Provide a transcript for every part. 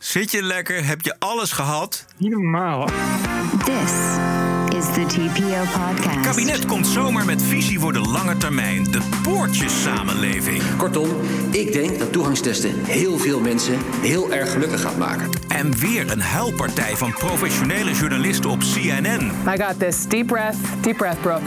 Zit je lekker? Heb je alles gehad? Niet normaal. This is the TPO podcast. Het kabinet komt zomaar met visie voor de lange termijn. De poortjessamenleving. Kortom, ik denk dat toegangstesten heel veel mensen heel erg gelukkig gaat maken. En weer een huilpartij van professionele journalisten op CNN. I got this. Deep breath, Brooke.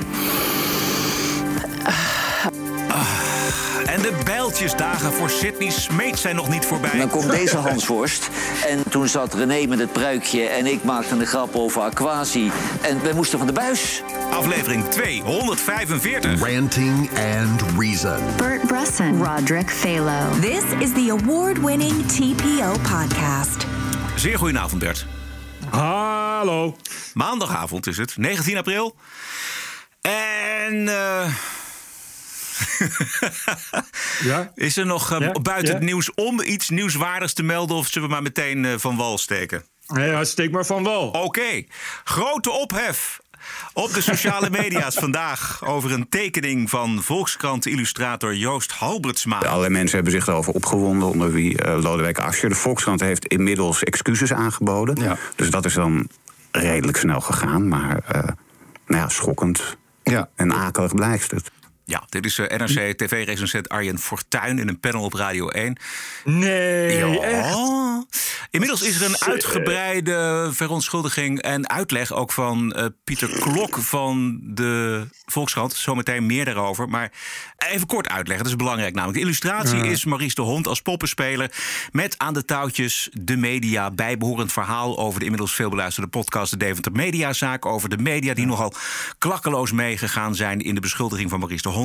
En de bijltjesdagen voor Sydney Smeets zijn nog niet voorbij. Dan komt deze Hansworst. En toen zat René met het pruikje en ik maakte een grap over Aquasi. En wij moesten van de buis. Aflevering 245. Ranting and Reason. Bert Bresson, Roderick Phalo. This is the award-winning TPO podcast. Zeer goedenavond, Bert. Hallo. Maandagavond is het, 19 april. En... Ja? Is er nog buiten het nieuws om iets nieuwswaardigs te melden... of zullen we maar meteen van wal steken? Ja, steek maar van wal. Oké. Grote ophef op de sociale media's vandaag... over een tekening van Volkskrant-illustrator Joost Halbertsma. Allerlei mensen hebben zich erover opgewonden... onder wie Lodewijk Asscher. De Volkskrant heeft inmiddels excuses aangeboden. Ja. Dus dat is dan redelijk snel gegaan. Maar schokkend en akelig blijft het. Ja, dit is NRC-tv-recensent Arjen Fortuyn in een panel op Radio 1. Nee, echt? Inmiddels is er een uitgebreide verontschuldiging en uitleg... ook van Pieter Klok van de Volkskrant. Zometeen meer daarover. Maar even kort uitleggen, dat is belangrijk namelijk. De illustratie is Maurice de Hond als poppenspeler... met aan de touwtjes de media, bijbehorend verhaal... over de inmiddels veelbeluisterde podcast De Deventer Mediazaak... over de media die nogal klakkeloos meegegaan zijn... in de beschuldiging van Maurice de Hond...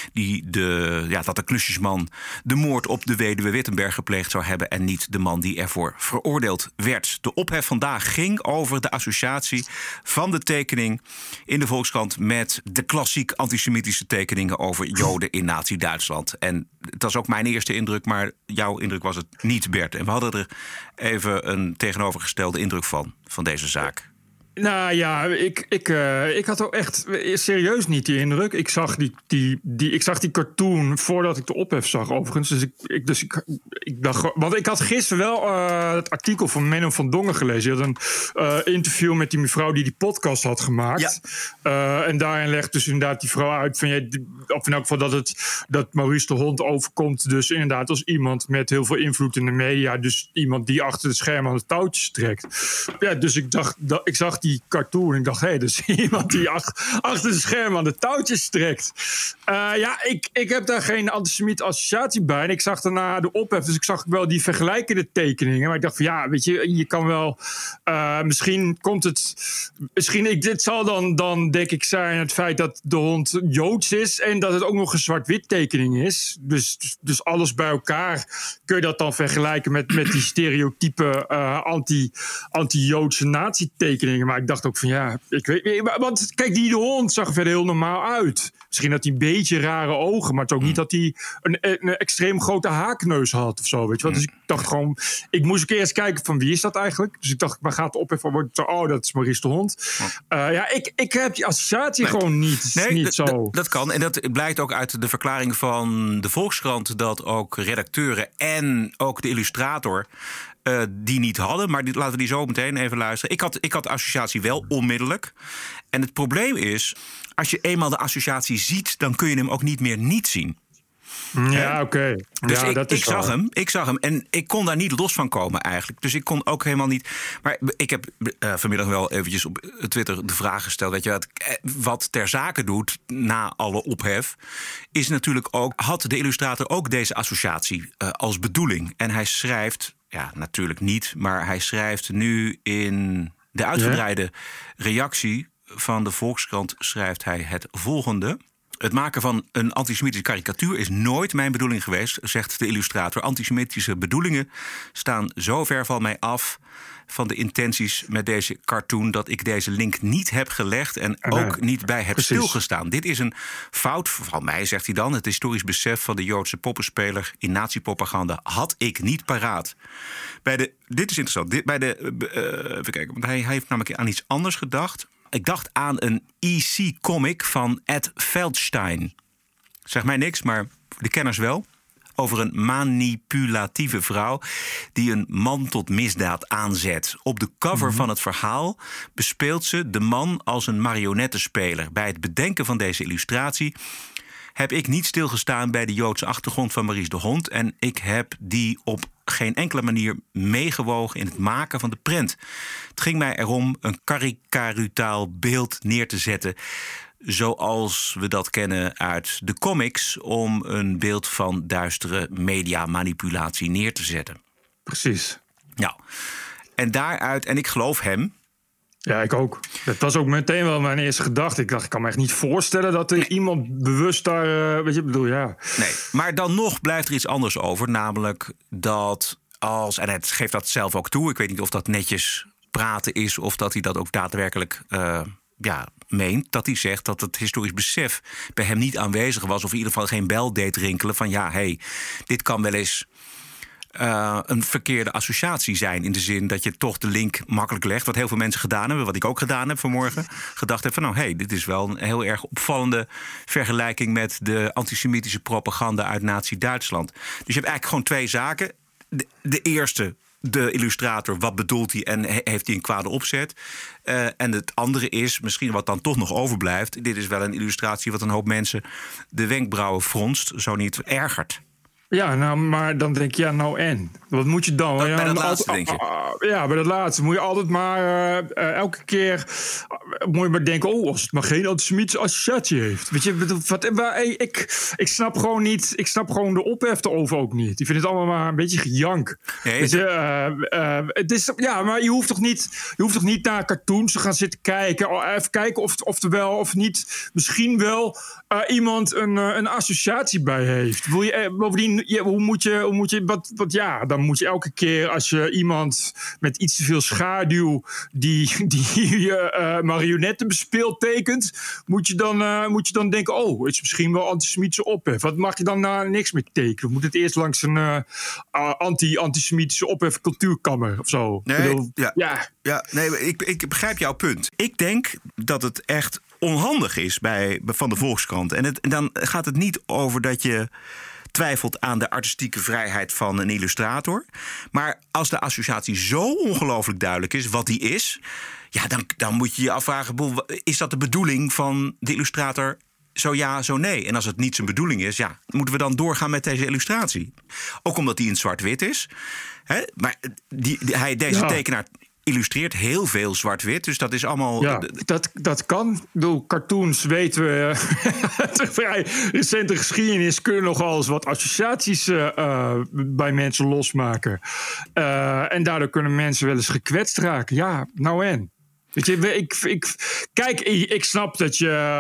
dat de klusjesman de moord op de weduwe Wittenberg gepleegd zou hebben... en niet de man die ervoor veroordeeld werd. De ophef vandaag ging over de associatie van de tekening in de Volkskrant... met de klassiek antisemitische tekeningen over Joden in Nazi-Duitsland. En het was ook mijn eerste indruk, maar jouw indruk was het niet, Bert. En we hadden er even een tegenovergestelde indruk van deze zaak. Nou ja, ik had ook echt serieus niet die indruk. Ik zag ik zag die cartoon voordat ik de ophef zag, overigens. Dus ik dacht... Want ik had gisteren wel het artikel van Menno van Dongen gelezen. Je had een interview met die mevrouw die podcast had gemaakt. Ja. En daarin legt dus inderdaad die vrouw uit... of in elk geval dat Maurice de Hond overkomt... dus inderdaad als iemand met heel veel invloed in de media. Dus iemand die achter de schermen aan de touwtjes trekt. Ja, dus ik zag die cartoon. Ik dacht, dat is iemand die achter de schermen aan de touwtjes trekt. Ik heb daar geen antisemiet associatie bij. En ik zag daarna de ophef, dus ik zag wel die vergelijkende tekeningen. Maar ik dacht van weet je kan wel... misschien komt het... dit zal dan denk ik zijn het feit dat de hond Joods is... en dat het ook nog een zwart-wit tekening is. Dus alles bij elkaar kun je dat dan vergelijken met die stereotype anti-Joodse nazi-tekeningen. Maar ik dacht ook van ik weet... Want kijk, die de hond zag er verder heel normaal uit. Misschien had hij een beetje rare ogen, maar het is ook niet dat hij een extreem grote haakneus had of zo, weet je wel. Dus ik dacht gewoon, ik moest eerst kijken van wie is dat eigenlijk. Dus ik dacht, waar gaat het op even worden? Dat is Maurice de Hond. Ik heb die associatie gewoon niet zo. Dat kan en dat blijkt ook uit de verklaring van de Volkskrant... dat ook redacteuren en ook de illustrator... die niet hadden, maar laten we die zo meteen even luisteren. Ik had de associatie wel onmiddellijk. En het probleem is, als je eenmaal de associatie ziet... dan kun je hem ook niet meer niet zien. Ja, oké. Dus ik zag hem en ik kon daar niet los van komen eigenlijk. Dus ik kon ook helemaal niet... Maar ik heb vanmiddag wel eventjes op Twitter de vraag gesteld... weet je wat ter zake doet na alle ophef... is natuurlijk ook, had de illustrator ook deze associatie als bedoeling? En hij schrijft... Ja, natuurlijk niet, maar hij schrijft nu in de uitgebreide reactie van de Volkskrant... schrijft hij het volgende. Het maken van een antisemitische karikatuur is nooit mijn bedoeling geweest, zegt de illustrator. Antisemitische bedoelingen staan zo ver van mij af van de intenties met deze cartoon... dat ik deze link niet heb gelegd en ook niet bij heb stilgestaan. Dit is een fout van mij, zegt hij dan. Het historisch besef van de Joodse poppenspeler in nazi-propaganda had ik niet paraat. Dit is interessant. Even kijken, want hij heeft namelijk aan iets anders gedacht. Ik dacht aan een EC-comic van Ed Feldstein. Zeg mij niks, maar de kenners wel. over een manipulatieve vrouw die een man tot misdaad aanzet. Op de cover van het verhaal bespeelt ze de man als een marionettenspeler. Bij het bedenken van deze illustratie heb ik niet stilgestaan bij de Joodse achtergrond van Maurice de Hond. En ik heb die op geen enkele manier meegewogen in het maken van de prent. Het ging mij erom een karikaturaal beeld neer te zetten, zoals we dat kennen uit de comics, om een beeld van duistere mediamanipulatie neer te zetten. Precies. Nou, en daaruit, en ik geloof hem. Ja, ik ook. Dat was ook meteen wel mijn eerste gedachte. Ik dacht, ik kan me echt niet voorstellen dat er iemand bewust daar... weet je, ik bedoel, ja. Nee, maar dan nog blijft er iets anders over. Namelijk dat als... En het geeft dat zelf ook toe. Ik weet niet of dat netjes praten is of dat hij dat ook daadwerkelijk meent. Dat hij zegt dat het historisch besef bij hem niet aanwezig was, of in ieder geval geen bel deed rinkelen van dit kan wel eens een verkeerde associatie zijn. In de zin dat je toch de link makkelijk legt. Wat heel veel mensen gedaan hebben, wat ik ook gedaan heb vanmorgen. Gedacht heb van dit is wel een heel erg opvallende vergelijking met de antisemitische propaganda uit Nazi-Duitsland. Dus je hebt eigenlijk gewoon twee zaken. De eerste, de illustrator, wat bedoelt hij en heeft hij een kwade opzet? En het andere is, misschien wat dan toch nog overblijft, dit is wel een illustratie wat een hoop mensen de wenkbrauwen fronst, zo niet ergert. Ja, nou, maar dan denk je, en? Wat moet je dan? Bij dat laatste, denk je? Ja, bij dat laatste moet je altijd maar elke keer moet je maar denken, als het maar geen antisemitische associatie heeft. Weet je, ik snap gewoon niet, ik snap gewoon de ophef erover ook niet. Ik vind het allemaal maar een beetje gejank. Nee, weet je, het is, maar je hoeft toch niet naar cartoons te gaan zitten kijken. Even kijken of er wel of niet misschien wel iemand een associatie bij heeft. Wil je bovendien, hoe moet je dan moet je elke keer als je iemand met iets te veel schaduw die marionetten bespeelt tekent, moet je dan denken, het is misschien wel antisemitische ophef. Wat mag je dan niks meer tekenen? Moet het eerst langs een antisemitische ophef cultuurkammer of zo? Nee, ik begrijp jouw punt. Ik denk dat het echt onhandig is van de Volkskrant. En dan gaat het niet over dat je twijfelt aan de artistieke vrijheid van een illustrator. Maar als de associatie zo ongelooflijk duidelijk is, wat die is, dan moet je je afvragen, is dat de bedoeling van de illustrator? Zo ja, zo nee. En als het niet zijn bedoeling is, moeten we dan doorgaan met deze illustratie. Ook omdat die in zwart-wit is. Maar deze tekenaar illustreert heel veel zwart-wit, dus dat is allemaal... Ja, dat kan. Ik bedoel, cartoons weten we uit vrij recente geschiedenis kunnen nogal eens wat associaties bij mensen losmaken. En daardoor kunnen mensen wel eens gekwetst raken. Ja, nou en? Weet je, ik snap dat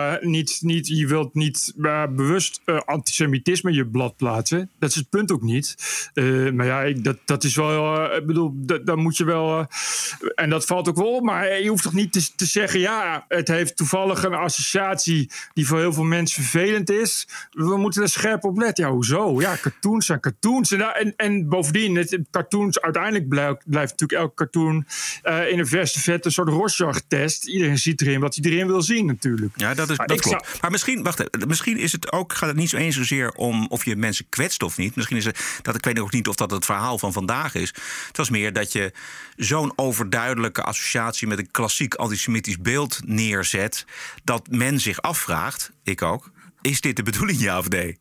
je wilt niet bewust antisemitisme in je blad plaatsen. Dat is het punt ook niet. Maar dat is wel, ik bedoel, dan moet je wel, en dat valt ook wel op, maar je hoeft toch niet te zeggen, het heeft toevallig een associatie die voor heel veel mensen vervelend is. We moeten er scherp op letten. Ja, hoezo? Ja, cartoons zijn cartoons. En bovendien, cartoons, uiteindelijk blijft natuurlijk elke cartoon in een verse vet een soort Rorschach-test. Iedereen ziet erin wat hij erin wil zien, natuurlijk. Ja, dat klopt. Maar misschien is het ook, gaat het niet zo eens zozeer om of je mensen kwetst of niet. Misschien is het dat, ik weet ook niet of dat het verhaal van vandaag is. Het was meer dat je zo'n overduidelijke associatie met een klassiek antisemitisch beeld neerzet, dat men zich afvraagt, ik ook, is dit de bedoeling, ja of nee?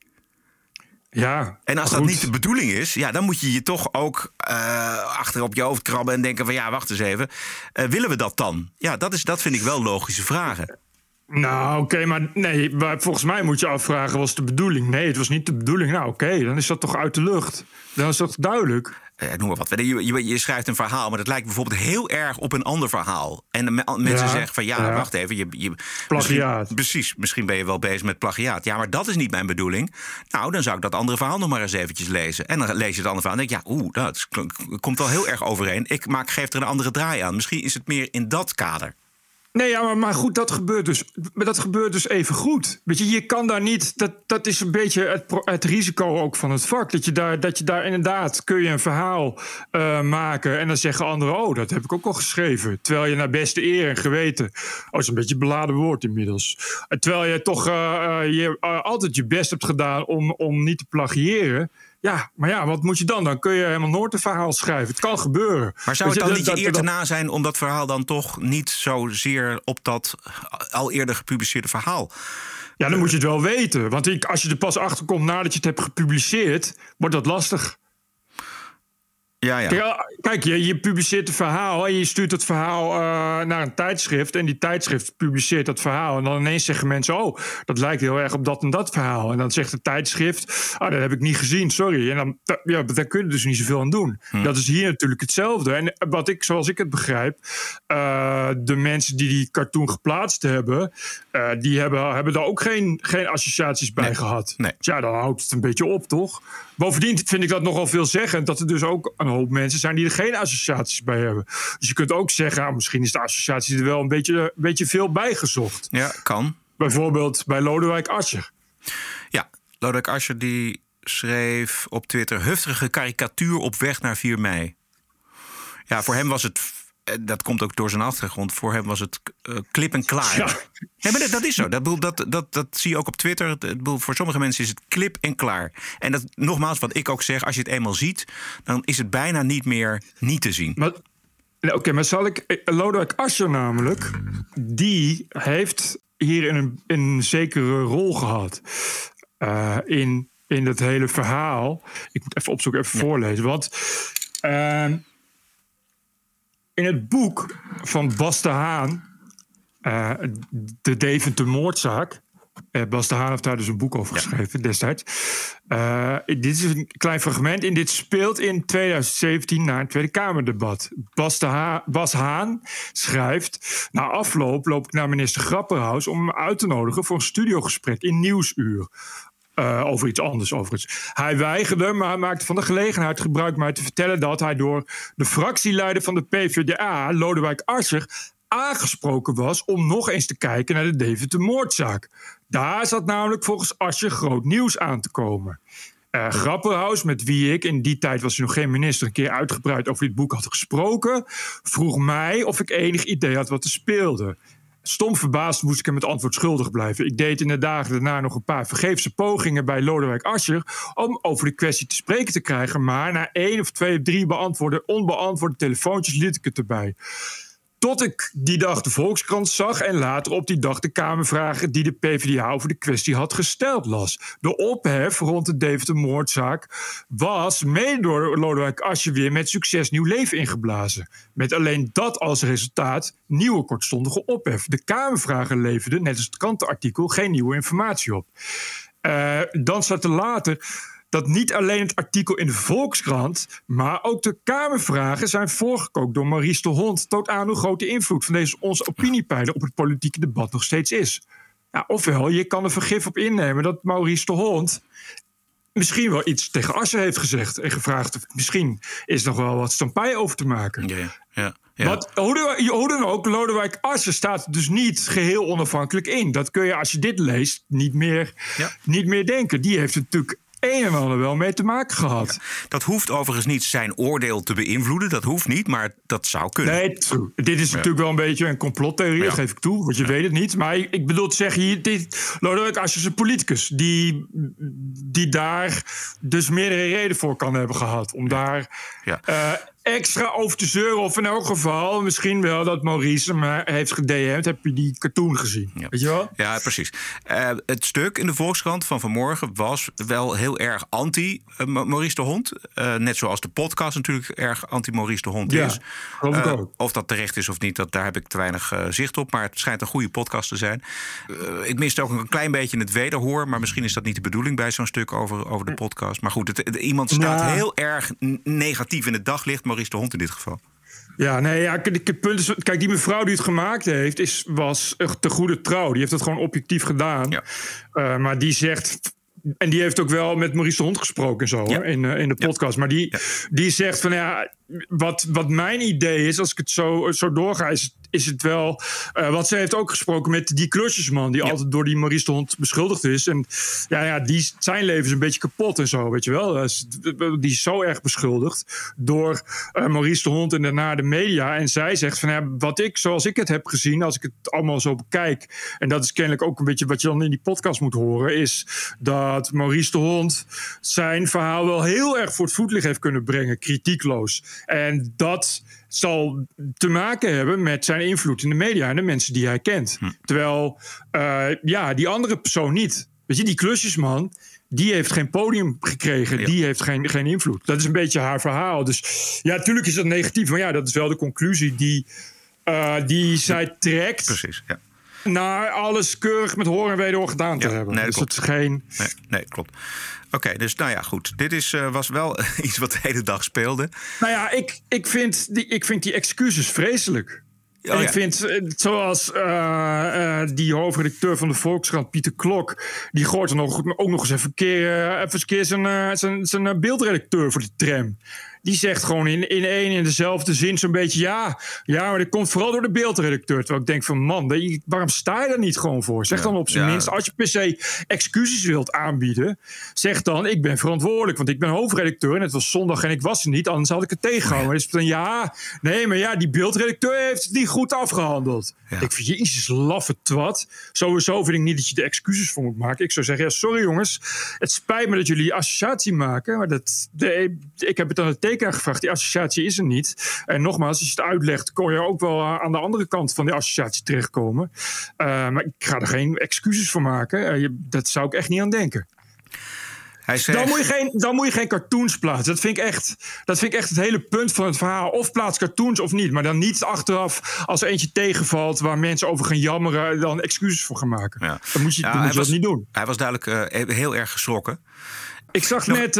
Ja, en als dat niet de bedoeling is, dan moet je je toch ook achter op je hoofd krabben en denken van wacht eens even. Willen we dat dan? Ja, dat vind ik wel logische vragen. Nou, oké, maar volgens mij moet je afvragen, was het de bedoeling? Nee, het was niet de bedoeling. Nou, oké, dan is dat toch uit de lucht. Dan is dat duidelijk. Noem maar wat. Je schrijft een verhaal, maar dat lijkt bijvoorbeeld heel erg op een ander verhaal. En mensen zeggen van wacht even. Plagiaat. Misschien ben je wel bezig met plagiaat. Ja, maar dat is niet mijn bedoeling. Nou, dan zou ik dat andere verhaal nog maar eens eventjes lezen. En dan lees je het andere verhaal en denk je, dat komt wel heel erg overeen. Geef er een andere draai aan. Misschien is het meer in dat kader. Nee, maar goed, dat gebeurt dus even goed. Weet je kan daar niet. Dat is een beetje het risico ook van het vak. Dat je daar inderdaad kun je een verhaal maken en dan zeggen anderen, dat heb ik ook al geschreven. Terwijl je naar beste eer en geweten, is een beetje een beladen woord inmiddels. Terwijl je toch altijd je best hebt gedaan om niet te plagiëren. Ja, maar ja, wat moet je dan? Dan kun je helemaal nooit een verhaal schrijven. Het kan gebeuren. Maar zou het dan niet je eer te na zijn om dat verhaal dan toch niet zozeer op dat al eerder gepubliceerde verhaal? Ja, dan moet je het wel weten. Want als je er pas achter komt nadat je het hebt gepubliceerd, wordt dat lastig. Ja. Kijk, je publiceert een verhaal en je stuurt het verhaal naar een tijdschrift. En die tijdschrift publiceert dat verhaal. En dan ineens zeggen mensen, dat lijkt heel erg op dat en dat verhaal. En dan zegt de tijdschrift, dat heb ik niet gezien, sorry. En dan, daar kun je dus niet zoveel aan doen. Dat is hier natuurlijk hetzelfde. En zoals ik het begrijp, de mensen die cartoon geplaatst hebben, die hebben daar ook geen associaties bij gehad. Nee. Dus ja, dan houdt het een beetje op, toch? Bovendien vind ik dat nogal veelzeggend dat er dus ook een hoop mensen zijn die er geen associaties bij hebben. Dus je kunt ook zeggen, misschien is de associatie er wel een beetje veel bijgezocht. Ja, kan. Bijvoorbeeld bij Lodewijk Asscher. Ja, Lodewijk Asscher die schreef op Twitter: heftige karikatuur op weg naar 4 mei. Ja, voor hem was het, dat komt ook door zijn achtergrond, voor hem was het klip en klaar. Ja. Nee, maar dat is zo. Dat zie je ook op Twitter. Voor sommige mensen is het klip en klaar. En dat, nogmaals, wat ik ook zeg, als je het eenmaal ziet, dan is het bijna niet meer niet te zien. Maar zal ik... Lodewijk Asscher namelijk, die heeft hier een zekere rol gehad. In het hele verhaal. Ik moet even opzoeken, even voorlezen. Want in het boek van Bas de Haan, de Deventer-moordzaak. Bas de Haan heeft daar dus een boek over geschreven destijds. Dit is een klein fragment. En dit speelt in 2017 na een Tweede Kamerdebat. Bas Haan schrijft: na afloop loop ik naar minister Grapperhaus om hem uit te nodigen voor een studiogesprek in Nieuwsuur. Over iets anders, overigens. Hij weigerde, maar hij maakte van de gelegenheid gebruik mij te vertellen dat hij door de fractieleider van de PvdA, Lodewijk Asscher, aangesproken was om nog eens te kijken naar de Deventer-moordzaak. Daar zat namelijk volgens Asscher groot nieuws aan te komen. Grapperhaus, met wie ik, in die tijd was hij nog geen minister, een keer uitgebreid over dit boek had gesproken, vroeg mij of ik enig idee had wat er speelde. Stom verbaasd moest ik hem het antwoord schuldig blijven. Ik deed in de dagen daarna nog een paar vergeefse pogingen bij Lodewijk Asscher om over de kwestie te spreken te krijgen, maar na 1 of 2 of 3 onbeantwoorde telefoontjes liet ik het erbij. Tot ik die dag de Volkskrant zag en later op die dag de Kamervragen die de PvdA over de kwestie had gesteld las. De ophef rond de Deventer-moordzaak was mede door Lodewijk Asscher weer met succes nieuw leven ingeblazen. Met alleen dat als resultaat nieuwe kortstondige ophef. De Kamervragen leverden, net als het krantenartikel, geen nieuwe informatie op. Dan staat er later dat niet alleen het artikel in de Volkskrant, maar ook de Kamervragen zijn voorgekookt door Maurice de Hond. Toont aan hoe groot de invloed van onze opiniepeiler op het politieke debat nog steeds is. Ja, ofwel, je kan er vergif op innemen dat Maurice de Hond misschien wel iets tegen Asscher heeft gezegd en gevraagd of misschien is nog wel wat stampij over te maken. Ja. Want hoe dan ook, Lodewijk Asscher staat dus niet geheel onafhankelijk in. Dat kun je, als je dit leest, niet meer denken. Die heeft natuurlijk een en ander wel mee te maken gehad. Ja, dat hoeft overigens niet zijn oordeel te beïnvloeden. Dat hoeft niet, maar dat zou kunnen. Nee, dit is natuurlijk wel een beetje een complottheorie, dat geef ik toe, want je weet het niet. Maar ik bedoel te zeggen, Lodewijk Asscher is een politicus die daar dus meerdere redenen voor kan hebben gehad. Om daar extra over te zeuren. Of in elk geval misschien wel dat Maurice hem heeft gedM'd. Heb je die cartoon gezien? Ja. Weet je wel? Ja, precies. Het stuk in de Volkskrant van vanmorgen was wel heel erg anti-Maurice de Hond. Net zoals de podcast natuurlijk erg anti-Maurice de Hond is. Geloof ik ook. Of dat terecht is of niet, daar heb ik te weinig zicht op. Maar het schijnt een goede podcast te zijn. Ik miste ook een klein beetje het wederhoor. Maar misschien is dat niet de bedoeling bij zo'n stuk over de podcast. Maar goed, iemand staat heel erg negatief in het daglicht. Maurice de Hond in dit geval. Ja, nee, het punt is, kijk, die mevrouw die het gemaakt heeft, was te goede trouw. Die heeft het gewoon objectief gedaan. Ja. Maar die zegt, en die heeft ook wel met Maurice de Hond gesproken en zo, in de podcast. Maar die zegt van, wat mijn idee is, als ik het zo doorga, is het wel... want zij heeft ook gesproken met die klusjesman... die altijd door die Maurice de Hond beschuldigd is. En zijn leven is een beetje kapot en zo, weet je wel. Die is zo erg beschuldigd door Maurice de Hond en daarna de media. En zij zegt van, zoals ik het heb gezien... als ik het allemaal zo bekijk... en dat is kennelijk ook een beetje wat je dan in die podcast moet horen... is dat Maurice de Hond zijn verhaal wel heel erg voor het voetlicht heeft kunnen brengen. Kritiekloos. En dat zal te maken hebben met zijn invloed in de media en de mensen die hij kent. Terwijl, die andere persoon niet. Weet je, die klusjesman, die heeft geen podium gekregen. Ja. Die heeft geen invloed. Dat is een beetje haar verhaal. Dus ja, natuurlijk is dat negatief. Maar ja, dat is wel de conclusie die zij trekt. Precies, ja. Naar alles keurig met hoor en wederhoor gedaan te hebben. Nee, dus dat is geen... Nee, klopt. Oké, dus nou ja, goed. Dit was wel iets wat de hele dag speelde. Nou ja, ik vind die excuses vreselijk. En ik vind, zoals die hoofdredacteur van de Volkskrant, Pieter Klok... die gooit er ook nog eens even een keer zijn beeldredacteur voor de tram. Die zegt gewoon in dezelfde zin zo'n beetje... ja, maar dat komt vooral door de beeldredacteur. Terwijl ik denk van, man, waarom sta je daar niet gewoon voor? Zeg dan op zijn minst, als je per se excuses wilt aanbieden... zeg dan, ik ben verantwoordelijk, want ik ben hoofdredacteur... en het was zondag en ik was er niet, anders had ik het tegengehouden. Dus dan, die beeldredacteur heeft het niet goed afgehandeld. Ja. Ik vind, jezus, laffe twat. Sowieso vind ik niet dat je de excuses voor moet maken. Ik zou zeggen, sorry jongens, het spijt me dat jullie die associatie maken... maar ik heb het aan het teken gevraagd. Die associatie is er niet. En nogmaals, als je het uitlegt, kon je ook wel aan de andere kant van die associatie terechtkomen. Maar ik ga er geen excuses voor maken. Dat zou ik echt niet aan denken. Hij zegt... Dan moet je geen cartoons plaatsen. Dat vind ik echt het hele punt van het verhaal. Of plaats cartoons of niet. Maar dan niet achteraf als er eentje tegenvalt... waar mensen over gaan jammeren... dan excuses voor gaan maken. Ja. Dan moet je dat niet doen. Hij was duidelijk heel erg geschrokken. Ik zag net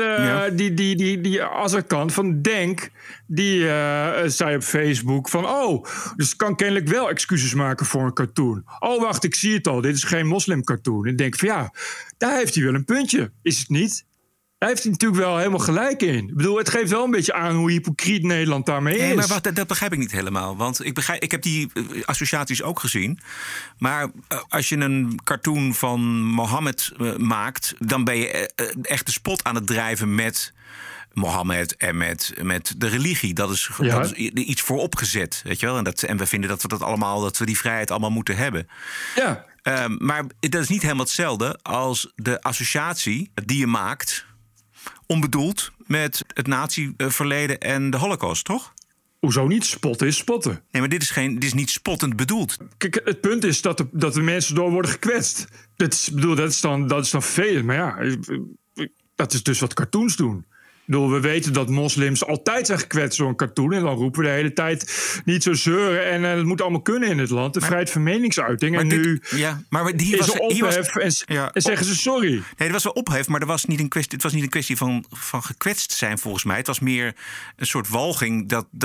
die Azarkan van Denk... die zei op Facebook van... dus ik kan kennelijk wel excuses maken voor een cartoon. Wacht, ik zie het al. Dit is geen moslimcartoon. En ik denk van daar heeft hij wel een puntje. Is het niet? Daar heeft hij natuurlijk wel helemaal gelijk in. Ik bedoel, het geeft wel een beetje aan hoe hypocriet Nederland daarmee is. Nee, maar wacht, dat begrijp ik niet helemaal. Want ik heb die associaties ook gezien. Maar als je een cartoon van Mohammed maakt... dan ben je echt de spot aan het drijven met Mohammed en met de religie. Dat is iets vooropgezet, weet je wel. En we vinden dat we die vrijheid allemaal moeten hebben. Ja. Maar dat is niet helemaal hetzelfde als de associatie die je maakt... onbedoeld met het nazi-verleden en de Holocaust, toch? Hoezo niet? Spotten is spotten. Nee, maar dit is niet spottend bedoeld. Kijk, het punt is dat de mensen door worden gekwetst. Dat is dan vervelend. Maar dat is dus wat cartoons doen. We weten dat moslims altijd zijn gekwetst door een cartoon. En dan roepen we de hele tijd niet zo zeuren. En het moet allemaal kunnen in het land. De vrijheid van meningsuiting. En nu is er ophef en zeggen ze sorry. Nee, er was wel ophef, maar het was niet een kwestie van gekwetst zijn volgens mij. Het was meer een soort walging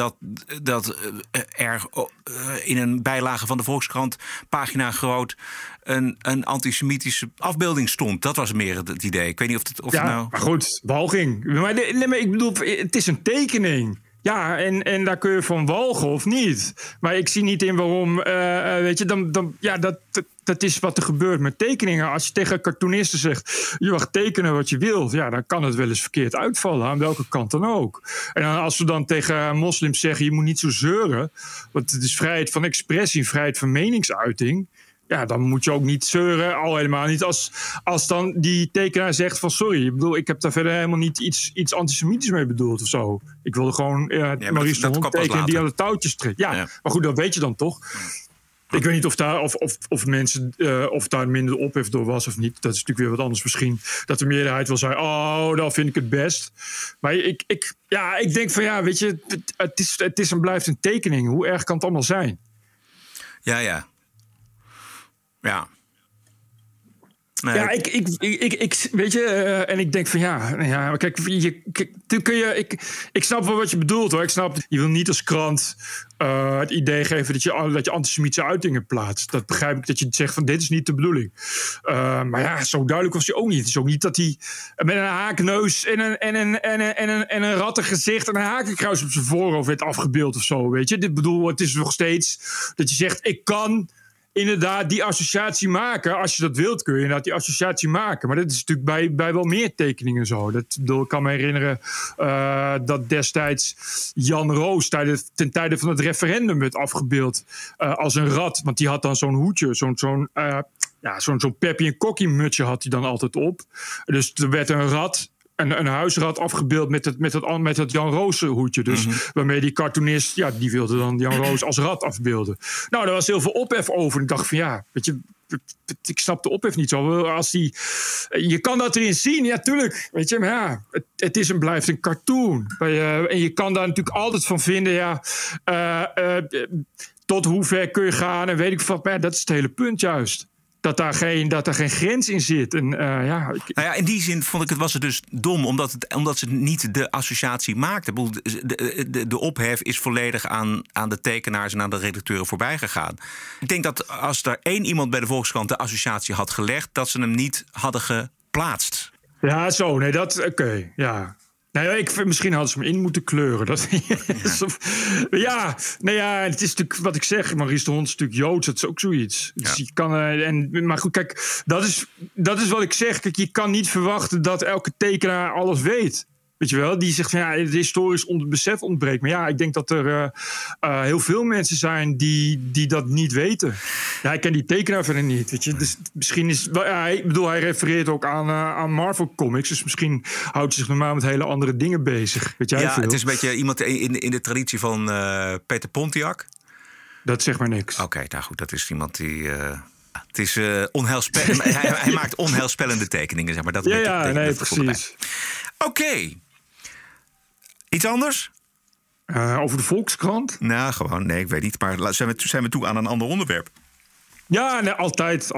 dat er in een bijlage van de Volkskrant pagina groot een antisemitische afbeelding stond. Dat was meer het idee. Ik weet niet of het nou... maar goed, walging. Maar ik bedoel, het is een tekening. Ja, en daar kun je van walgen of niet. Maar ik zie niet in waarom... weet je, dat is wat er gebeurt met tekeningen. Als je tegen cartoonisten zegt... je mag tekenen wat je wilt... dan kan het wel eens verkeerd uitvallen. Aan welke kant dan ook. En als we dan tegen moslims zeggen... je moet niet zo zeuren... want het is vrijheid van expressie... vrijheid van meningsuiting... dan moet je ook niet zeuren, al helemaal niet als dan die tekenaar zegt van sorry. Ik bedoel, ik heb daar verder helemaal niet iets antisemitisch mee bedoeld of zo. Ik wilde gewoon Maurice de Hond tekenen die aan de touwtjes trekt. Ja, maar goed, dat weet je dan toch. Ik weet niet of mensen of daar minder ophef door was of niet. Dat is natuurlijk weer wat anders misschien. Dat de meerderheid wel zei, dan vind ik het best. Maar ik denk van weet je, het is en blijft een tekening. Hoe erg kan het allemaal zijn? Ja. Nee. Ja, ik weet je, en ik denk van kijk, ik snap wel wat je bedoelt hoor. Ik snap, je wil niet als krant het idee geven dat je antisemitische uitingen plaatst. Dat begrijp ik, dat je zegt van dit is niet de bedoeling. Maar ja, zo duidelijk was hij ook niet. Het is ook niet dat hij met een haakneus en een rattengezicht en een hakenkruis op zijn voorhoofd werd afgebeeld of zo, weet je. Het is nog steeds dat je zegt, ik kan inderdaad die associatie maken. Als je dat wilt, kun je inderdaad die associatie maken. Maar dat is natuurlijk bij wel meer tekeningen zo. Ik kan me herinneren dat destijds Jan Roos ten tijde van het referendum werd afgebeeld als een rat. Want die had dan zo'n hoedje, zo'n Peppy en Kokkie mutsje had hij dan altijd op. Dus er werd een rat, een huisrat afgebeeld met het Jan Roos hoedje. Dus waarmee die cartoonist, die wilde dan Jan Roos als rat afbeelden. Nou, daar was heel veel ophef over. Ik dacht van weet je, ik snap de ophef niet zo. Je kan dat erin zien, ja, tuurlijk. Weet je, maar het is en blijft een cartoon. En je kan daar natuurlijk altijd van vinden, tot hoe ver kun je gaan en weet ik wat. Maar dat is het hele punt juist. Dat daar geen grens in zit. In die zin was het dus dom, omdat ze niet de associatie maakten. De ophef is volledig aan de tekenaars en aan de redacteuren voorbij gegaan. Ik denk dat als er één iemand bij de Volkskrant de associatie had gelegd, dat ze hem niet hadden geplaatst. Ja, zo. Nee, oké, ja. Misschien hadden ze hem in moeten kleuren. Het is natuurlijk wat ik zeg. Maurice de Hond is natuurlijk Joods, dat is ook zoiets. Ja. Dus je kan, maar goed, kijk, dat is wat ik zeg. Kijk, je kan niet verwachten dat elke tekenaar alles weet. Weet je wel, die zegt van het historisch besef ontbreekt. Maar ik denk dat er heel veel mensen zijn die dat niet weten. Ja, ik ken die tekenaar verder niet. Weet je? Dus misschien is. Hij refereert ook aan Marvel Comics. Dus misschien houdt hij zich normaal met hele andere dingen bezig. Weet jij veel? Het is een beetje iemand in de traditie van Peter Pontiac. Dat zegt maar niks. Oké, nou goed, dat is iemand die. Het is onheilspellend. hij maakt onheilspellende tekeningen, zeg maar. Dat precies. Oké. Iets anders? Over de Volkskrant? Nou, gewoon, nee, ik weet niet. Maar zijn we toe aan een ander onderwerp? Ja, nee, altijd.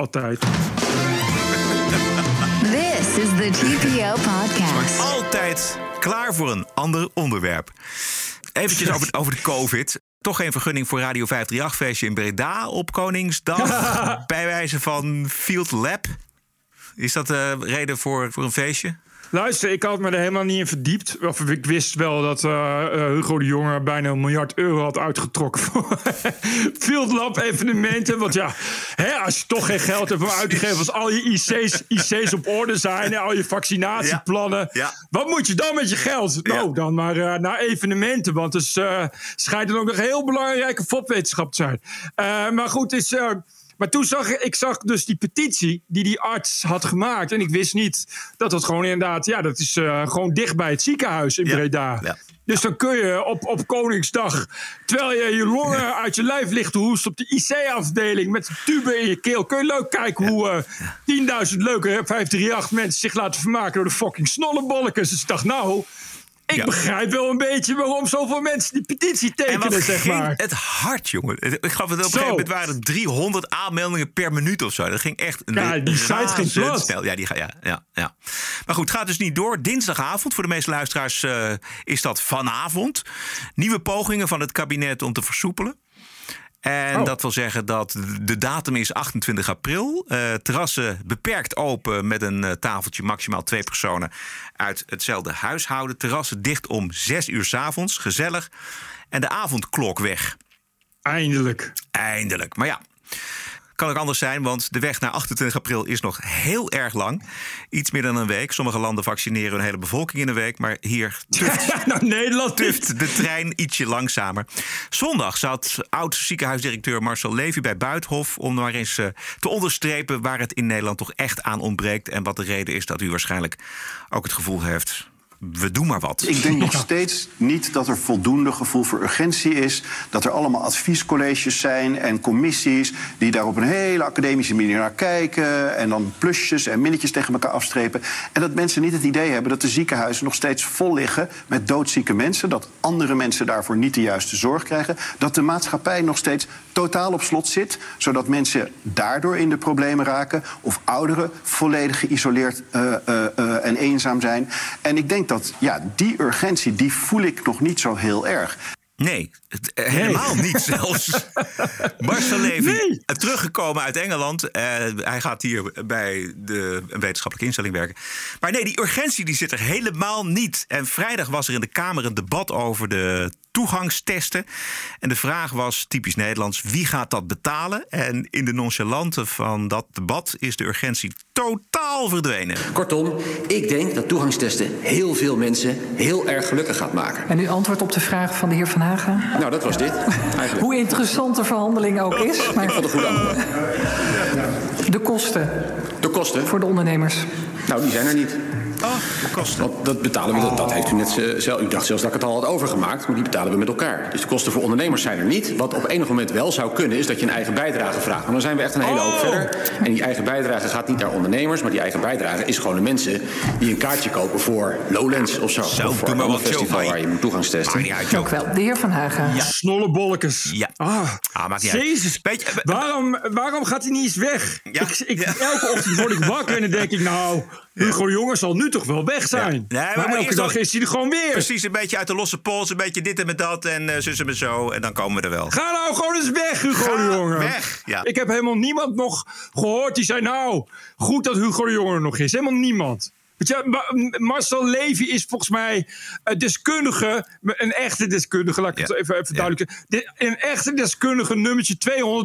This is the TPO podcast. Altijd klaar voor een ander onderwerp. Eventjes over de COVID. Toch geen vergunning voor Radio 538-feestje in Breda op Koningsdag. Bij wijze van Field Lab. Is dat de reden voor een feestje? Luister, ik had me er helemaal niet in verdiept. Of ik wist wel dat Hugo de Jonge bijna €1 miljard had uitgetrokken voor Field Lab evenementen. Want als je toch geen geld hebt om uit te geven, als al je IC's op orde zijn en al je vaccinatieplannen. Ja. Wat moet je dan met je geld? Ja. Nou, dan maar naar evenementen. Want het schijnt er ook nog een heel belangrijke fopwetenschap te zijn. Maar goed, maar toen zag ik dus die petitie die arts had gemaakt. En ik wist niet dat dat gewoon inderdaad. Ja, dat is gewoon dicht bij het ziekenhuis in Breda. Ja. Dus dan kun je op Koningsdag, terwijl je je longen uit je lijf ligt te hoesten op de IC-afdeling met een tube in je keel, kun je leuk kijken hoe 10.000 leuke 538 mensen zich laten vermaken door de fucking snollebolletjes. Dus ik dacht, ik begrijp wel een beetje waarom zoveel mensen die petitie tekenen, zeg maar. Het hard, jongen. Ik gaf het op een gegeven moment waren er 300 aanmeldingen per minuut of zo. Dat ging echt die site ging plat. Ja. Maar goed, het gaat dus niet door. Dinsdagavond, voor de meeste luisteraars is dat vanavond. Nieuwe pogingen van het kabinet om te versoepelen. En dat wil zeggen dat de datum is 28 april. Terrassen beperkt open met een tafeltje, maximaal 2 personen uit hetzelfde huishouden. Terrassen dicht om 6 uur 's avonds, gezellig. En de avondklok weg. Eindelijk. Maar ja, kan ook anders zijn, want de weg naar 28 april is nog heel erg lang. Iets meer dan een week. Sommige landen vaccineren hun hele bevolking in een week. Maar hier tuft de trein ietsje langzamer. Zondag zat oud-ziekenhuisdirecteur Marcel Levy bij Buitenhof om maar eens te onderstrepen waar het in Nederland toch echt aan ontbreekt. En wat de reden is dat u waarschijnlijk ook het gevoel heeft we doen maar wat. Ik denk nog steeds niet dat er voldoende gevoel voor urgentie is. Dat er allemaal adviescolleges zijn en commissies die daar op een hele academische manier naar kijken. En dan plusjes en minnetjes tegen elkaar afstrepen. En dat mensen niet het idee hebben dat de ziekenhuizen nog steeds vol liggen met doodzieke mensen. Dat andere mensen daarvoor niet de juiste zorg krijgen. Dat de maatschappij nog steeds totaal op slot zit. Zodat mensen daardoor in de problemen raken. Of ouderen volledig geïsoleerd en eenzaam zijn. En ik denk dat die urgentie, die voel ik nog niet zo heel erg. Nee, helemaal niet zelfs. Marcel Levy, teruggekomen uit Engeland. Hij gaat hier bij een wetenschappelijke instelling werken. Maar nee, die urgentie die zit er helemaal niet. En vrijdag was er in de Kamer een debat over de toegangstesten. En de vraag was, typisch Nederlands, wie gaat dat betalen? En in de nonchalante van dat debat is de urgentie totaal verdwenen. Kortom, ik denk dat toegangstesten heel veel mensen heel erg gelukkig gaat maken. En uw antwoord op de vraag van de heer Van Hagen? Nou, dat was dit. Eigenlijk. Hoe interessant de verhandeling ook is. Maar ik vond het goed antwoord. De kosten. De kosten? Voor de ondernemers. Nou, die zijn er niet. De kosten. Want dat betalen we, dat heeft u net zelf. U dacht zelfs dat ik het al had overgemaakt, maar die betalen we met elkaar. Dus de kosten voor ondernemers zijn er niet. Wat op enig moment wel zou kunnen, is dat je een eigen bijdrage vraagt. Maar dan zijn we echt een hele hoop verder. En die eigen bijdrage gaat niet naar ondernemers, maar die eigen bijdrage is gewoon de mensen die een kaartje kopen voor Lowlands of zo. Zo, of voor een festival waar je moet toegangstesten. Dank wel. De heer Van Hagen. Ja. Snollebollekes. Ja. Maakt niet Jezus. Uit. Waarom gaat hij niet eens weg? Ja. Elke ochtend word ik wakker en dan denk ik, Hugo de Jonge zal nu toch wel weg zijn. Ja. Nee, maar elke dag is hij er gewoon weer. Precies, een beetje uit de losse pols, een beetje dit en met dat en zussen met zo. En dan komen we er wel. Ga nou gewoon eens weg, Hugo de Jonge. Weg. Ja. Ik heb helemaal niemand nog gehoord die zei, goed dat Hugo de Jonge er nog is. Helemaal niemand. Weet je, Marcel Levy is volgens mij deskundige, een echte deskundige, laat ik het even duidelijk zeggen. Een echte deskundige, nummertje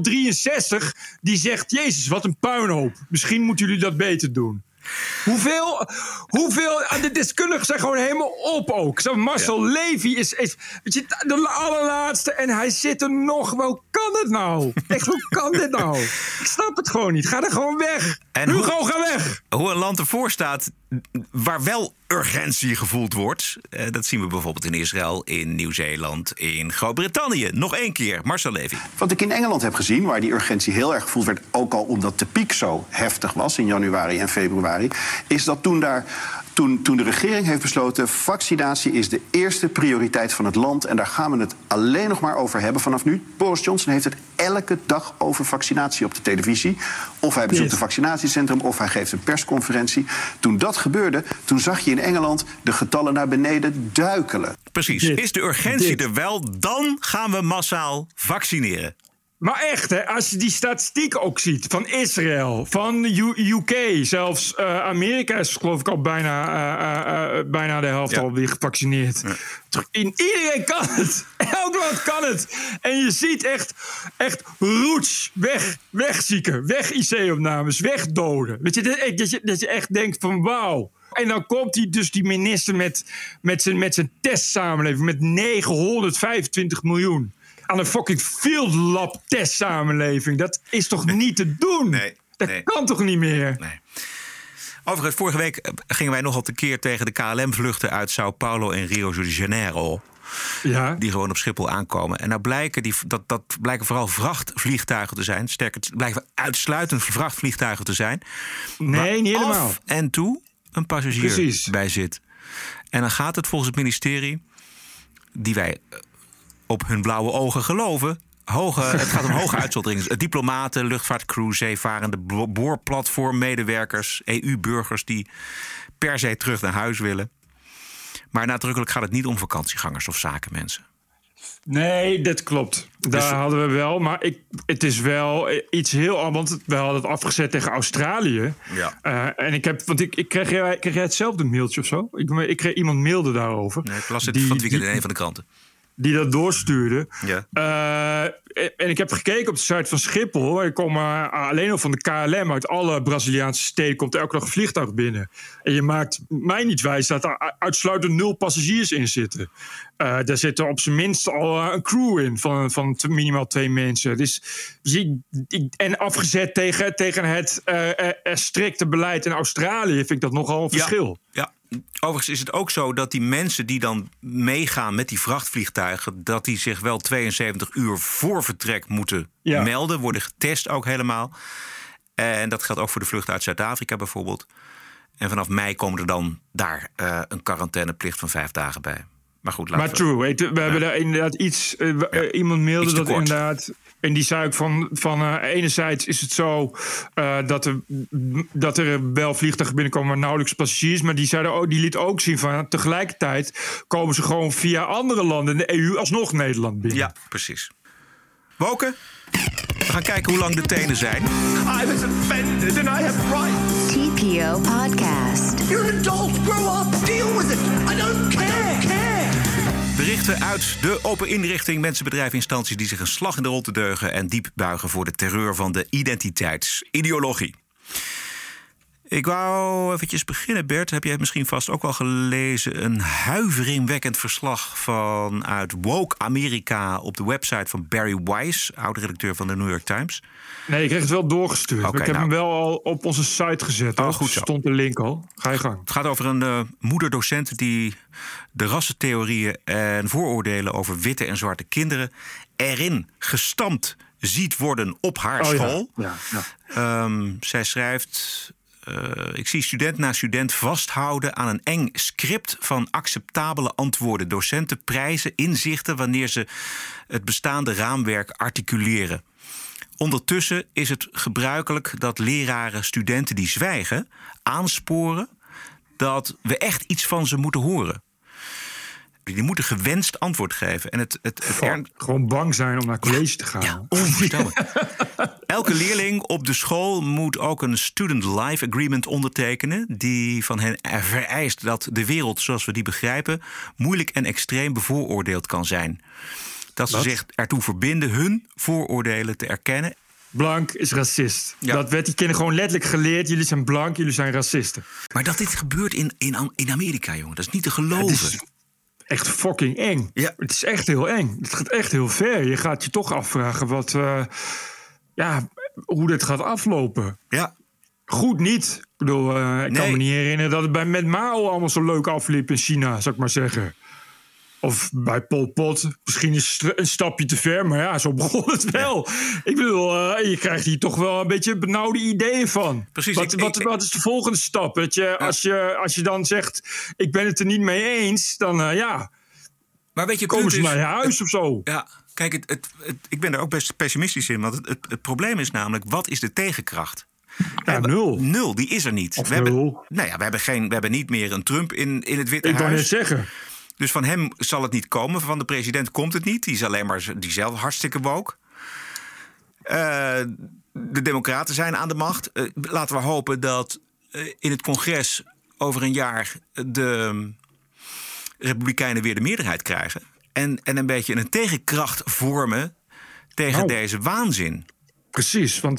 263, die zegt, Jezus, wat een puinhoop. Misschien moeten jullie dat beter doen. Hoeveel de deskundigen zijn gewoon helemaal op ook. Zo, Marcel Levy is weet je, de allerlaatste en hij zit er nog. Hoe kan het nou? Echt, hoe kan dit nou? Ik snap het gewoon niet. Ga er gewoon weg. En Hugo, ga weg. Hoe een land ervoor staat waar wel urgentie gevoeld wordt. Dat zien we bijvoorbeeld in Israël, in Nieuw-Zeeland, in Groot-Brittannië. Nog 1 keer, Marcel Levy. Wat ik in Engeland heb gezien, waar die urgentie heel erg gevoeld werd, ook al omdat de piek zo heftig was in januari en februari, is dat toen de regering heeft besloten, vaccinatie is de eerste prioriteit van het land en daar gaan we het alleen nog maar over hebben vanaf nu. Boris Johnson heeft het elke dag over vaccinatie op de televisie. Of hij bezoekt een vaccinatiecentrum of hij geeft een persconferentie. Toen dat gebeurde, toen zag je in Engeland de getallen naar beneden duikelen. Precies. Is de urgentie er wel, dan gaan we massaal vaccineren. Maar echt, hè, als je die statistiek ook ziet van Israël, van UK, zelfs Amerika is geloof ik al bijna de helft alweer gevaccineerd. Ja. Iedereen kan het. Elk land kan het. En je ziet echt roots, wegzieken, weg IC-opnames, wegdoden. Weet je, dat je echt denkt van wauw. En dan komt die minister met zijn testsamenleving met 925 miljoen. Aan een fucking field lab testsamenleving. Dat is toch niet te doen? Nee, dat kan toch niet meer? Nee. Overigens, vorige week gingen wij nogal tekeer tegen de KLM-vluchten uit Sao Paulo en Rio de Janeiro. Ja. Die gewoon op Schiphol aankomen. En nou blijken dat blijken vooral vrachtvliegtuigen te zijn. Sterker, het blijken uitsluitend vrachtvliegtuigen te zijn. Nee, niet helemaal. Af en toe een passagier bij zit. En dan gaat het volgens het ministerie, die wij op hun blauwe ogen geloven, het gaat om hoge uitzonderingen. Diplomaten, luchtvaartcrew, zeevarende, boorplatformmedewerkers, EU-burgers die per se terug naar huis willen. Maar nadrukkelijk gaat het niet om vakantiegangers of zakenmensen. Nee, dat klopt. Daar hadden we wel. Maar het is wel iets heel anders. Want we hadden het afgezet tegen Australië. Ja. En ik kreeg jij hetzelfde mailtje of zo? Ik kreeg iemand mailde daarover. Nee, ik las het van het weekend in een van de kranten. Die dat doorstuurde. Ja. En ik heb gekeken op de site van Schiphol. Er komen alleen al van de KLM uit alle Braziliaanse steden komt elke dag een vliegtuig binnen. En je maakt mij niet wijs dat er uitsluitend 0 passagiers in zitten. Daar zit er op zijn minst al een crew in van minimaal 2 mensen. Dus en afgezet tegen het strikte beleid in Australië vind ik dat nogal een verschil. Ja. overigens is het ook zo dat die mensen die dan meegaan met die vrachtvliegtuigen, dat die zich wel 72 uur voor vertrek moeten melden, worden getest ook helemaal. En dat geldt ook voor de vlucht uit Zuid-Afrika bijvoorbeeld. En vanaf mei komen er dan daar een quarantaineplicht van 5 dagen bij. Maar goed, laten we hebben daar inderdaad iets. Iemand mailde iets dat kort. inderdaad. En die zei ook van enerzijds is het zo dat er wel vliegtuigen binnenkomen, maar nauwelijks passagiers. Maar die liet ook zien van tegelijkertijd komen ze gewoon via andere landen in de EU alsnog Nederland binnen. Ja, precies. Woke, we gaan kijken hoe lang de tenen zijn. I was offended and I have rights. TPO Podcast. You're an adult. Grow up. Deal with it. I don't care. Berichten uit de open inrichting, mensen, bedrijven, instanties die zich een slag in de ronde deugen en diep buigen voor de terreur van de identiteitsideologie. Ik wou eventjes beginnen, Bert. Heb jij misschien vast ook wel gelezen een huiveringwekkend verslag vanuit Woke Amerika op de website van Barry Weiss, oud-redacteur van de New York Times? Nee, ik kreeg het wel doorgestuurd. Ik heb hem wel al op onze site gezet. Goed zo. Stond de link al. Ga je gang. Het gaat over een moederdocent die de rassentheorieën en vooroordelen over witte en zwarte kinderen erin gestampt ziet worden op haar school. Zij schrijft: ik zie student na student vasthouden aan een eng script van acceptabele antwoorden. Docenten prijzen inzichten wanneer ze het bestaande raamwerk articuleren. Ondertussen is het gebruikelijk dat leraren studenten die zwijgen aansporen dat we echt iets van ze moeten horen. Die moeten gewenst antwoord geven. En gewoon bang zijn om naar college te gaan. Ja, onvoorstelbaar. Elke leerling op de school moet ook een Student Life Agreement ondertekenen, die van hen vereist dat de wereld zoals we die begrijpen moeilijk en extreem bevooroordeeld kan zijn. Dat ze zich ertoe verbinden hun vooroordelen te erkennen. Blank is racist. Ja. Dat werd die kinderen gewoon letterlijk geleerd. Jullie zijn blank, jullie zijn racisten. Maar dat dit gebeurt in Amerika, jongen, dat is niet te geloven. Het is echt fucking eng. Ja. Het is echt heel eng. Het gaat echt heel ver. Je gaat je toch afvragen hoe dit gaat aflopen. Ja. Goed niet. Ik bedoel, ik kan me niet herinneren dat het met Mao allemaal zo leuk afliep in China, zou ik maar zeggen. Of bij Pol Pot, misschien een stapje te ver, maar ja, zo begon het wel. Ja. Ik bedoel, je krijgt hier toch wel een beetje benauwde ideeën van. Precies. Wat is de volgende stap? Dat je, als je dan zegt, ik ben het er niet mee eens, dan maar weet je, komen ze naar je huis of zo. Ja, kijk, ik ben er ook best pessimistisch in. Want het probleem is namelijk, wat is de tegenkracht? Ja, nul. Nul, die is er niet. We hebben niet meer een Trump in het Witte Huis. Ik wou net zeggen. Dus van hem zal het niet komen. Van de president komt het niet. Die is alleen maar diezelfde hartstikke woke. De Democraten zijn aan de macht. Laten we hopen dat in het congres over een jaar de Republikeinen weer de meerderheid krijgen. En een beetje een tegenkracht vormen tegen deze waanzin. Precies, want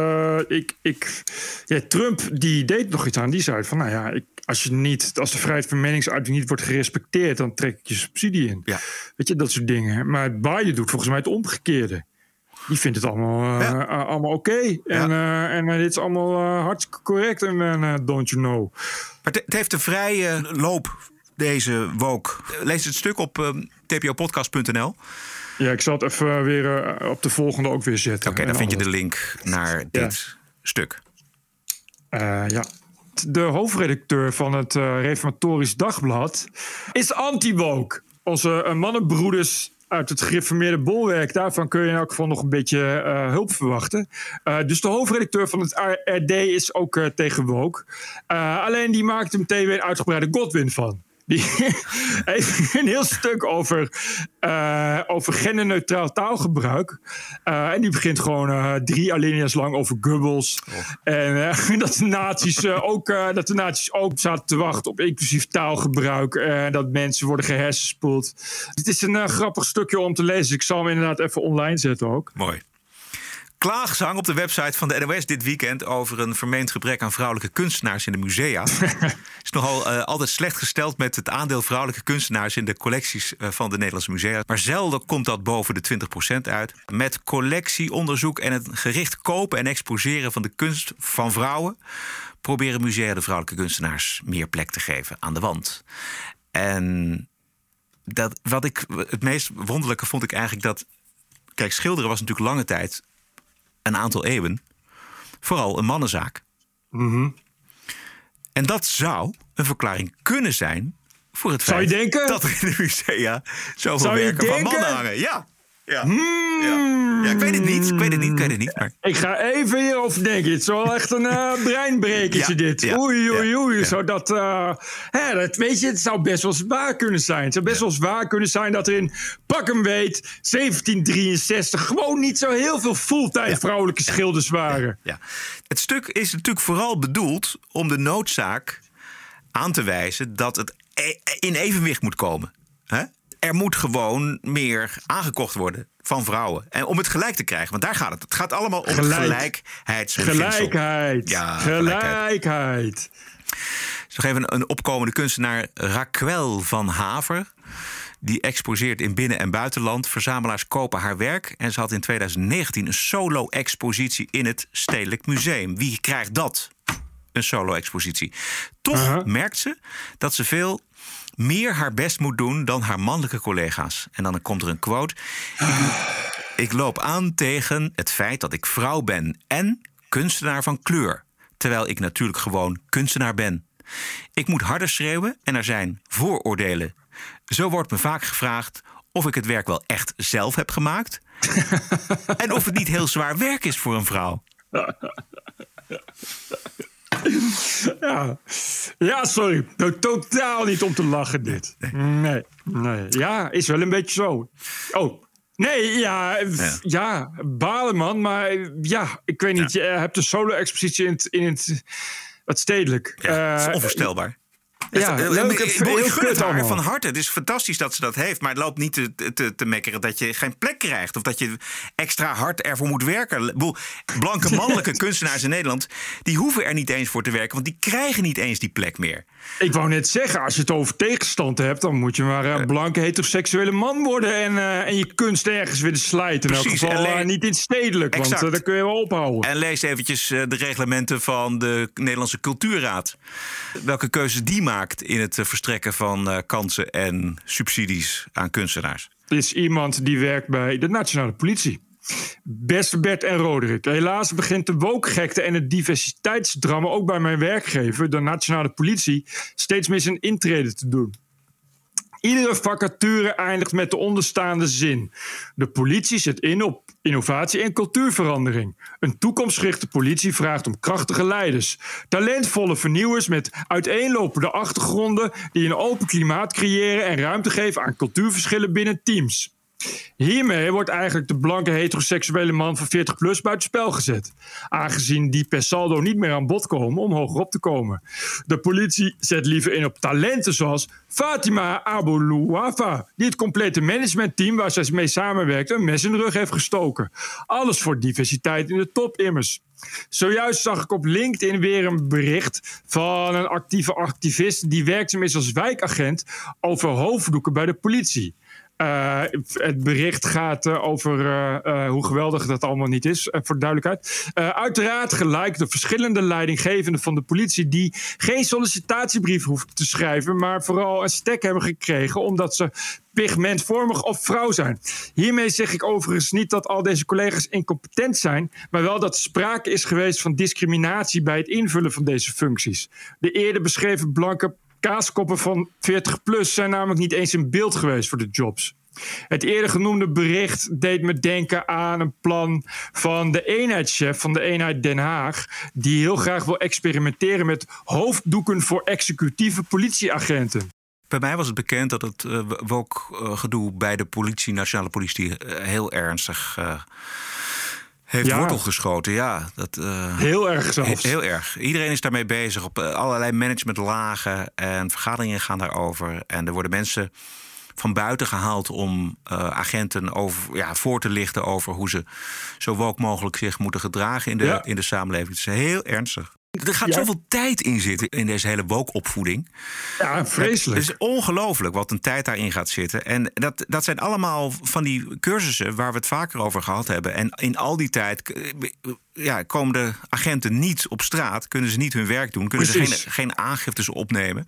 Trump die deed nog iets aan. Die zei van, als de vrijheid van meningsuiting niet wordt gerespecteerd, dan trek ik je subsidie in. Ja. Weet je, dat soort dingen. Maar Biden doet volgens mij het omgekeerde. Die vindt het allemaal oké. En dit is allemaal hartstikke correct. En don't you know. Maar het heeft een vrije loop, deze woke. Lees het stuk op tpopodcast.nl. Ja, ik zal het even weer op de volgende ook weer zetten. Oké, dan vind je de link naar dit stuk. De hoofdredacteur van het Reformatorisch Dagblad is anti-woke. Onze mannenbroeders uit het gereformeerde bolwerk, daarvan kun je in elk geval nog een beetje hulp verwachten. Dus de hoofdredacteur van het RD is ook tegen woke. Alleen die maakt er meteen weer een uitgebreide Godwin van. Die heeft een heel stuk over genderneutraal taalgebruik. En die begint gewoon 3 alinea's lang over Goebbels. En dat de nazi's ook zaten te wachten op inclusief taalgebruik. En dat mensen worden gehersenspoeld. Het is een grappig stukje om te lezen. Ik zal hem inderdaad even online zetten ook. Mooi. klaagzang op de website van de NOS dit weekend over een vermeend gebrek aan vrouwelijke kunstenaars in de musea. is nogal altijd slecht gesteld met het aandeel vrouwelijke kunstenaars in de collecties van de Nederlandse musea. Maar zelden komt dat boven de 20% uit. Met collectieonderzoek en het gericht kopen en exposeren van de kunst van vrouwen proberen musea de vrouwelijke kunstenaars meer plek te geven aan de wand. En wat ik het meest wonderlijke vond ik eigenlijk dat... Kijk, schilderen was natuurlijk lange tijd, een aantal eeuwen, vooral een mannenzaak. Mm-hmm. En dat zou een verklaring kunnen zijn voor het feit dat er in de musea zoveel werken van mannen hangen. Ja. Ja. Ja, ik weet het niet. Maar... Ik ga even hierover denken. Het is wel echt een breinbrekertje dit. Oei. Zodat, weet je, het zou best wel eens waar kunnen zijn. Het zou best wel eens waar kunnen zijn dat er in pak hem weet 1763 gewoon niet zo heel veel fulltime vrouwelijke schilders waren. Ja. Het stuk is natuurlijk vooral bedoeld om de noodzaak aan te wijzen dat het in evenwicht moet komen. Hè? Er moet gewoon meer aangekocht worden van vrouwen. En om het gelijk te krijgen, want daar gaat het. Het gaat allemaal om gelijkheidsbeginsel. Gelijkheid. Zo even een opkomende kunstenaar, Raquel van Haver. Die exposeert in binnen- en buitenland. Verzamelaars kopen haar werk. En ze had in 2019 een solo-expositie in het Stedelijk Museum. Wie krijgt dat? Een solo-expositie. Toch merkt ze dat ze veel meer haar best moet doen dan haar mannelijke collega's. En dan komt er een quote. Ik loop aan tegen het feit dat ik vrouw ben en kunstenaar van kleur. Terwijl ik natuurlijk gewoon kunstenaar ben. Ik moet harder schreeuwen en er zijn vooroordelen. Zo wordt me vaak gevraagd of ik het werk wel echt zelf heb gemaakt. En of het niet heel zwaar werk is voor een vrouw. Ja, sorry. Nou, totaal niet om te lachen dit. Nee. Ja, is wel een beetje zo. Oh, nee, ja, balen man. Maar ja, ik weet niet. Je hebt een solo-expositie in het Stedelijk. Ja, dat is onvoorstelbaar. Leuk. Ik gun het haar van harte. Het is fantastisch dat ze dat heeft. Maar het loopt niet te mekkeren dat je geen plek krijgt. Of dat je extra hard ervoor moet werken. Blanke mannelijke kunstenaars in Nederland, die hoeven er niet eens voor te werken. Want die krijgen niet eens die plek meer. Ik wou net zeggen, als je het over tegenstand hebt, dan moet je maar een blanke heteroseksuele man worden. En je kunst ergens willen slijten. In elk geval niet in het Stedelijk. Exact. Want daar kun je wel ophouden. En lees eventjes de reglementen van de Nederlandse Cultuurraad. Welke keuzes die maakt in het verstrekken van kansen en subsidies aan kunstenaars. Er is iemand die werkt bij de Nationale Politie. Beste Bert en Roderick. Helaas begint de woke-gekte en het diversiteitsdrama ook bij mijn werkgever, de Nationale Politie, steeds meer zijn intrede te doen. Iedere vacature eindigt met de onderstaande zin. De politie zet in op innovatie en cultuurverandering. Een toekomstgerichte politie vraagt om krachtige leiders. Talentvolle vernieuwers met uiteenlopende achtergronden die een open klimaat creëren en ruimte geven aan cultuurverschillen binnen teams. Hiermee wordt eigenlijk de blanke heteroseksuele man van 40+ buitenspel gezet. Aangezien die per saldo niet meer aan bod komen om hoger op te komen. De politie zet liever in op talenten zoals Fatima Aboluwafa, die het complete managementteam waar zij mee samenwerkt een mes in de rug heeft gestoken. Alles voor diversiteit in de top immers. Zojuist zag ik op LinkedIn weer een bericht van een actieve activist die werkzaam is als wijkagent over hoofddoeken bij de politie. Het bericht gaat over hoe geweldig dat allemaal niet is, voor de duidelijkheid. Uiteraard gelijk de verschillende leidinggevenden van de politie die geen sollicitatiebrief hoeven te schrijven, maar vooral een stek hebben gekregen omdat ze pigmentvormig of vrouw zijn. Hiermee zeg ik overigens niet dat al deze collega's incompetent zijn, maar wel dat er sprake is geweest van discriminatie bij het invullen van deze functies. De eerder beschreven blanke kaaskoppen van 40+ zijn namelijk niet eens in beeld geweest voor de jobs. Het eerder genoemde bericht deed me denken aan een plan van de eenheidschef van de eenheid Den Haag, die heel graag wil experimenteren met hoofddoeken voor executieve politieagenten. Bij mij was het bekend dat het woke-gedoe bij de politie, nationale politie, heel ernstig heeft wortel geschoten. Ja, heel erg zelfs. Heel erg. Iedereen is daarmee bezig op allerlei managementlagen en vergaderingen gaan daarover. En er worden mensen van buiten gehaald om agenten voor te lichten over hoe ze zo woke mogelijk zich moeten gedragen in de samenleving. Het is heel ernstig. Er gaat zoveel tijd in zitten in deze hele woke-opvoeding. Ja, vreselijk. Het is ongelooflijk wat een tijd daarin gaat zitten. En dat zijn allemaal van die cursussen waar we het vaker over gehad hebben. En in al die tijd komen de agenten niet op straat. Kunnen ze niet hun werk doen. Kunnen ze geen aangiftes opnemen.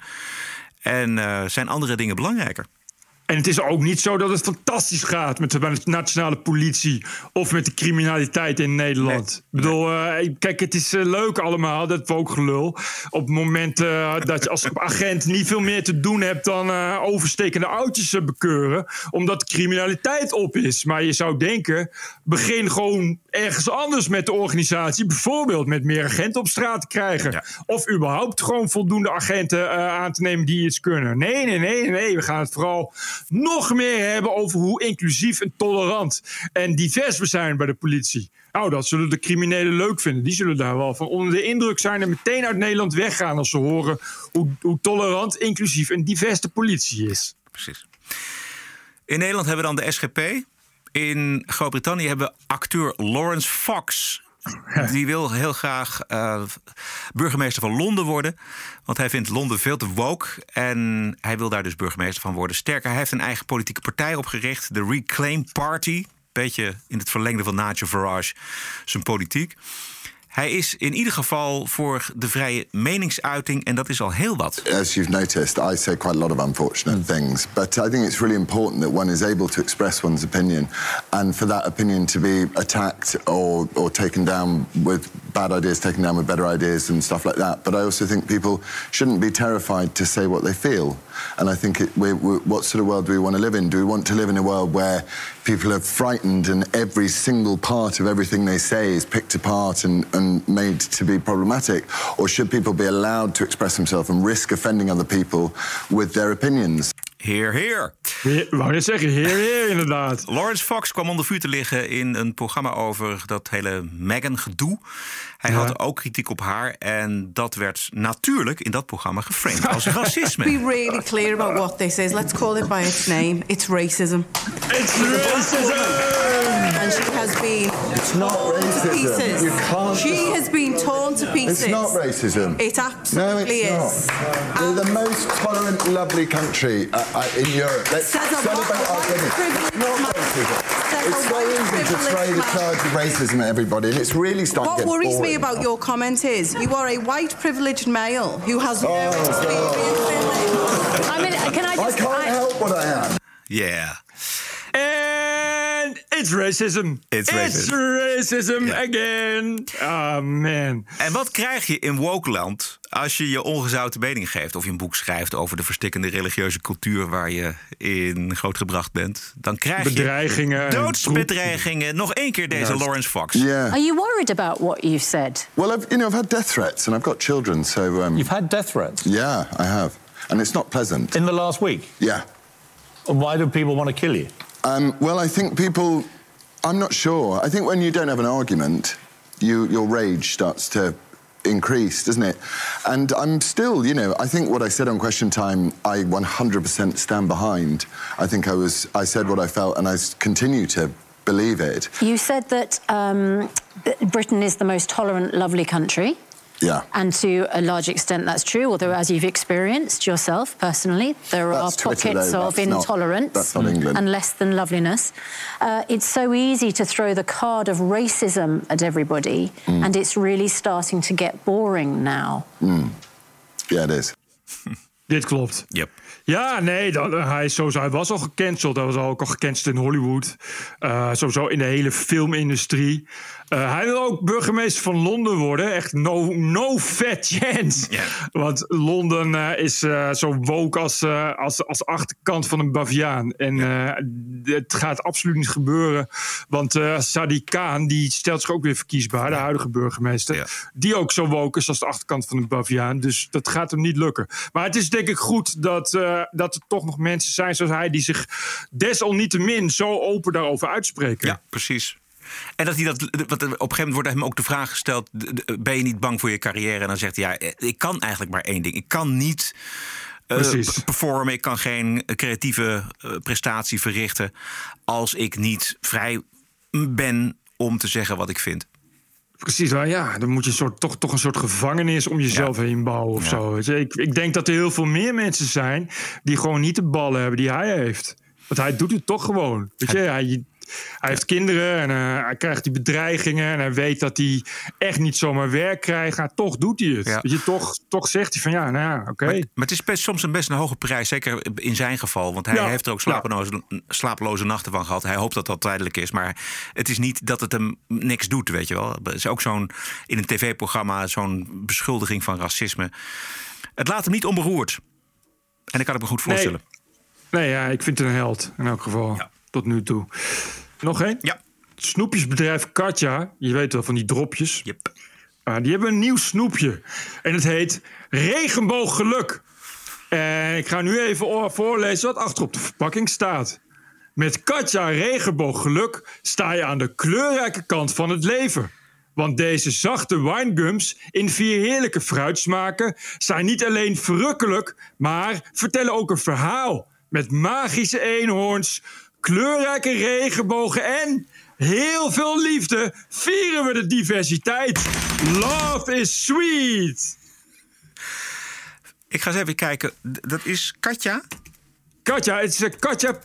En zijn andere dingen belangrijker. En het is ook niet zo dat het fantastisch gaat met de nationale politie of met de criminaliteit in Nederland. Nee. Ik bedoel, kijk, het is leuk allemaal, dat woke-gelul. Op het moment dat je als agent niet veel meer te doen hebt dan overstekende autootjes bekeuren, omdat de criminaliteit op is. Maar je zou denken, begin gewoon ergens anders met de organisatie. Bijvoorbeeld met meer agenten op straat te krijgen. Ja. Of überhaupt gewoon voldoende agenten aan te nemen die iets kunnen. Nee. We gaan het vooral nog meer hebben over hoe inclusief en tolerant en divers we zijn bij de politie. Nou, dat zullen de criminelen leuk vinden. Die zullen daar wel van onder de indruk zijn en meteen uit Nederland weggaan als ze horen hoe tolerant, inclusief en divers de politie is. Precies. In Nederland hebben we dan de SGP. In Groot-Brittannië hebben we acteur Lawrence Fox. Die wil heel graag burgemeester van Londen worden. Want hij vindt Londen veel te woke. En hij wil daar dus burgemeester van worden. Sterker, hij heeft een eigen politieke partij opgericht. De Reclaim Party. Beetje in het verlengde van Nigel Farage zijn politiek. Hij is in ieder geval voor de vrije meningsuiting en dat is al heel wat. As you've noticed, I say quite a lot of unfortunate things, but I think it's really important that one is able to express one's opinion and for that opinion to be attacked or taken down with bad ideas, taken down with better ideas and stuff like that. But I also think people shouldn't be terrified to say what they feel. And I think what sort of world do we want to live in? Do we want to live in a world where people are frightened and every single part of everything they say is picked apart and made to be problematic? Or should people be allowed to express themselves and risk offending other people with their opinions? Heer, heer. Wou je zeggen, heer, inderdaad. Lawrence Fox kwam onder vuur te liggen in een programma over dat hele Meghan-gedoe. Hij had ook kritiek op haar en dat werd natuurlijk in dat programma geframed als racisme. Be really clear about what this is. Let's call it by its name. It's racism. It's racism! And she has been It's not racism. You can't. She has been torn to pieces. It's not racism. It absolutely is. We're the most tolerant, lovely country in Europe. Let's celebrate our goodness. It's not racism. It's so easy to throw the charge of racism at everybody, and it's really starting to get boring. What worries me about your comment is you are a white privileged male who has no experience in I mean, can I just... I can't help what I am. Yeah. And it's racism. It's racism again. Oh, man. En wat krijg je in wokeland als je je ongezouten mening geeft of je een boek schrijft over de verstikkende religieuze cultuur waar je in grootgebracht bent? Dan krijg je bedreigingen, doodsbedreigingen. Nog één keer deze Lawrence Fox. Yeah. Are you worried about what you've said? Well, I've had death threats, and I've got children, so... You've had death threats? Yeah, I have. And it's not pleasant. In the last week? Yeah. Why do people want to kill you? Well, I think people... I'm not sure. I think when you don't have an argument, your rage starts to increase, doesn't it? And I'm still, I think what I said on Question Time, I 100% stand behind. I think I said what I felt, and I continue to believe it. You said that Britain is the most tolerant, lovely country. Yeah. And to a large extent that's true, although as you've experienced yourself personally, there are pockets of intolerance and less than loveliness. It's so easy to throw the card of racism at everybody, and it's really starting to get boring now. Yeah, it is. Dit klopt. Yep. Ja, nee, hij was al gecanceld. Hij was ook al gecanceld in Hollywood. Sowieso in de hele filmindustrie. Hij wil ook burgemeester van Londen worden. Echt no fat chance. Yeah. Want Londen is zo woke als de achterkant van een baviaan. En het gaat absoluut niet gebeuren. Want Sadiq Khan, die stelt zich ook weer verkiesbaar. De huidige burgemeester. Yeah. Die ook zo woke is als de achterkant van een baviaan. Dus dat gaat hem niet lukken. Maar het is denk ik goed dat er toch nog mensen zijn zoals hij... die zich desalniettemin zo open daarover uitspreken. Ja, precies. En dat hij op een gegeven moment wordt hem ook de vraag gesteld... ben je niet bang voor je carrière? En dan zegt hij, ja, ik kan eigenlijk maar één ding. Ik kan niet performen. Ik kan geen creatieve prestatie verrichten als ik niet vrij ben om te zeggen wat ik vind. Precies, nou ja, dan moet je toch een soort gevangenis om jezelf heen bouwen of zo. Weet je. Ik denk dat er heel veel meer mensen zijn die gewoon niet de ballen hebben die hij heeft. Want hij doet het toch gewoon. Weet je, hij heeft kinderen en hij krijgt die bedreigingen en hij weet dat hij echt niet zomaar werk krijgt. Maar toch doet hij het. Ja. Weet je, toch zegt hij van oké. Maar het is soms best een hoge prijs, zeker in zijn geval. Want hij heeft er ook slapeloze nachten van gehad. Hij hoopt dat dat tijdelijk is. Maar het is niet dat het hem niks doet, weet je wel. Het is ook in een tv-programma zo'n beschuldiging van racisme. Het laat hem niet onberoerd. En ik kan het me goed voorstellen. Nee, ik vind het een held in elk geval. Ja. Tot nu toe. Nog één? Ja. Snoepjesbedrijf Katja. Je weet wel, van die dropjes. Yep. Die hebben een nieuw snoepje. En het heet Regenbooggeluk. En ik ga nu even voorlezen wat achter op de verpakking staat. Met Katja Regenbooggeluk sta je aan de kleurrijke kant van het leven. Want deze zachte winegums in 4 heerlijke fruitsmaken zijn niet alleen verrukkelijk, maar vertellen ook een verhaal. Met magische eenhoorns, kleurrijke regenbogen en heel veel liefde vieren we de diversiteit. Love is sweet. Ik ga eens even kijken. Dat is Katja? Katja, het is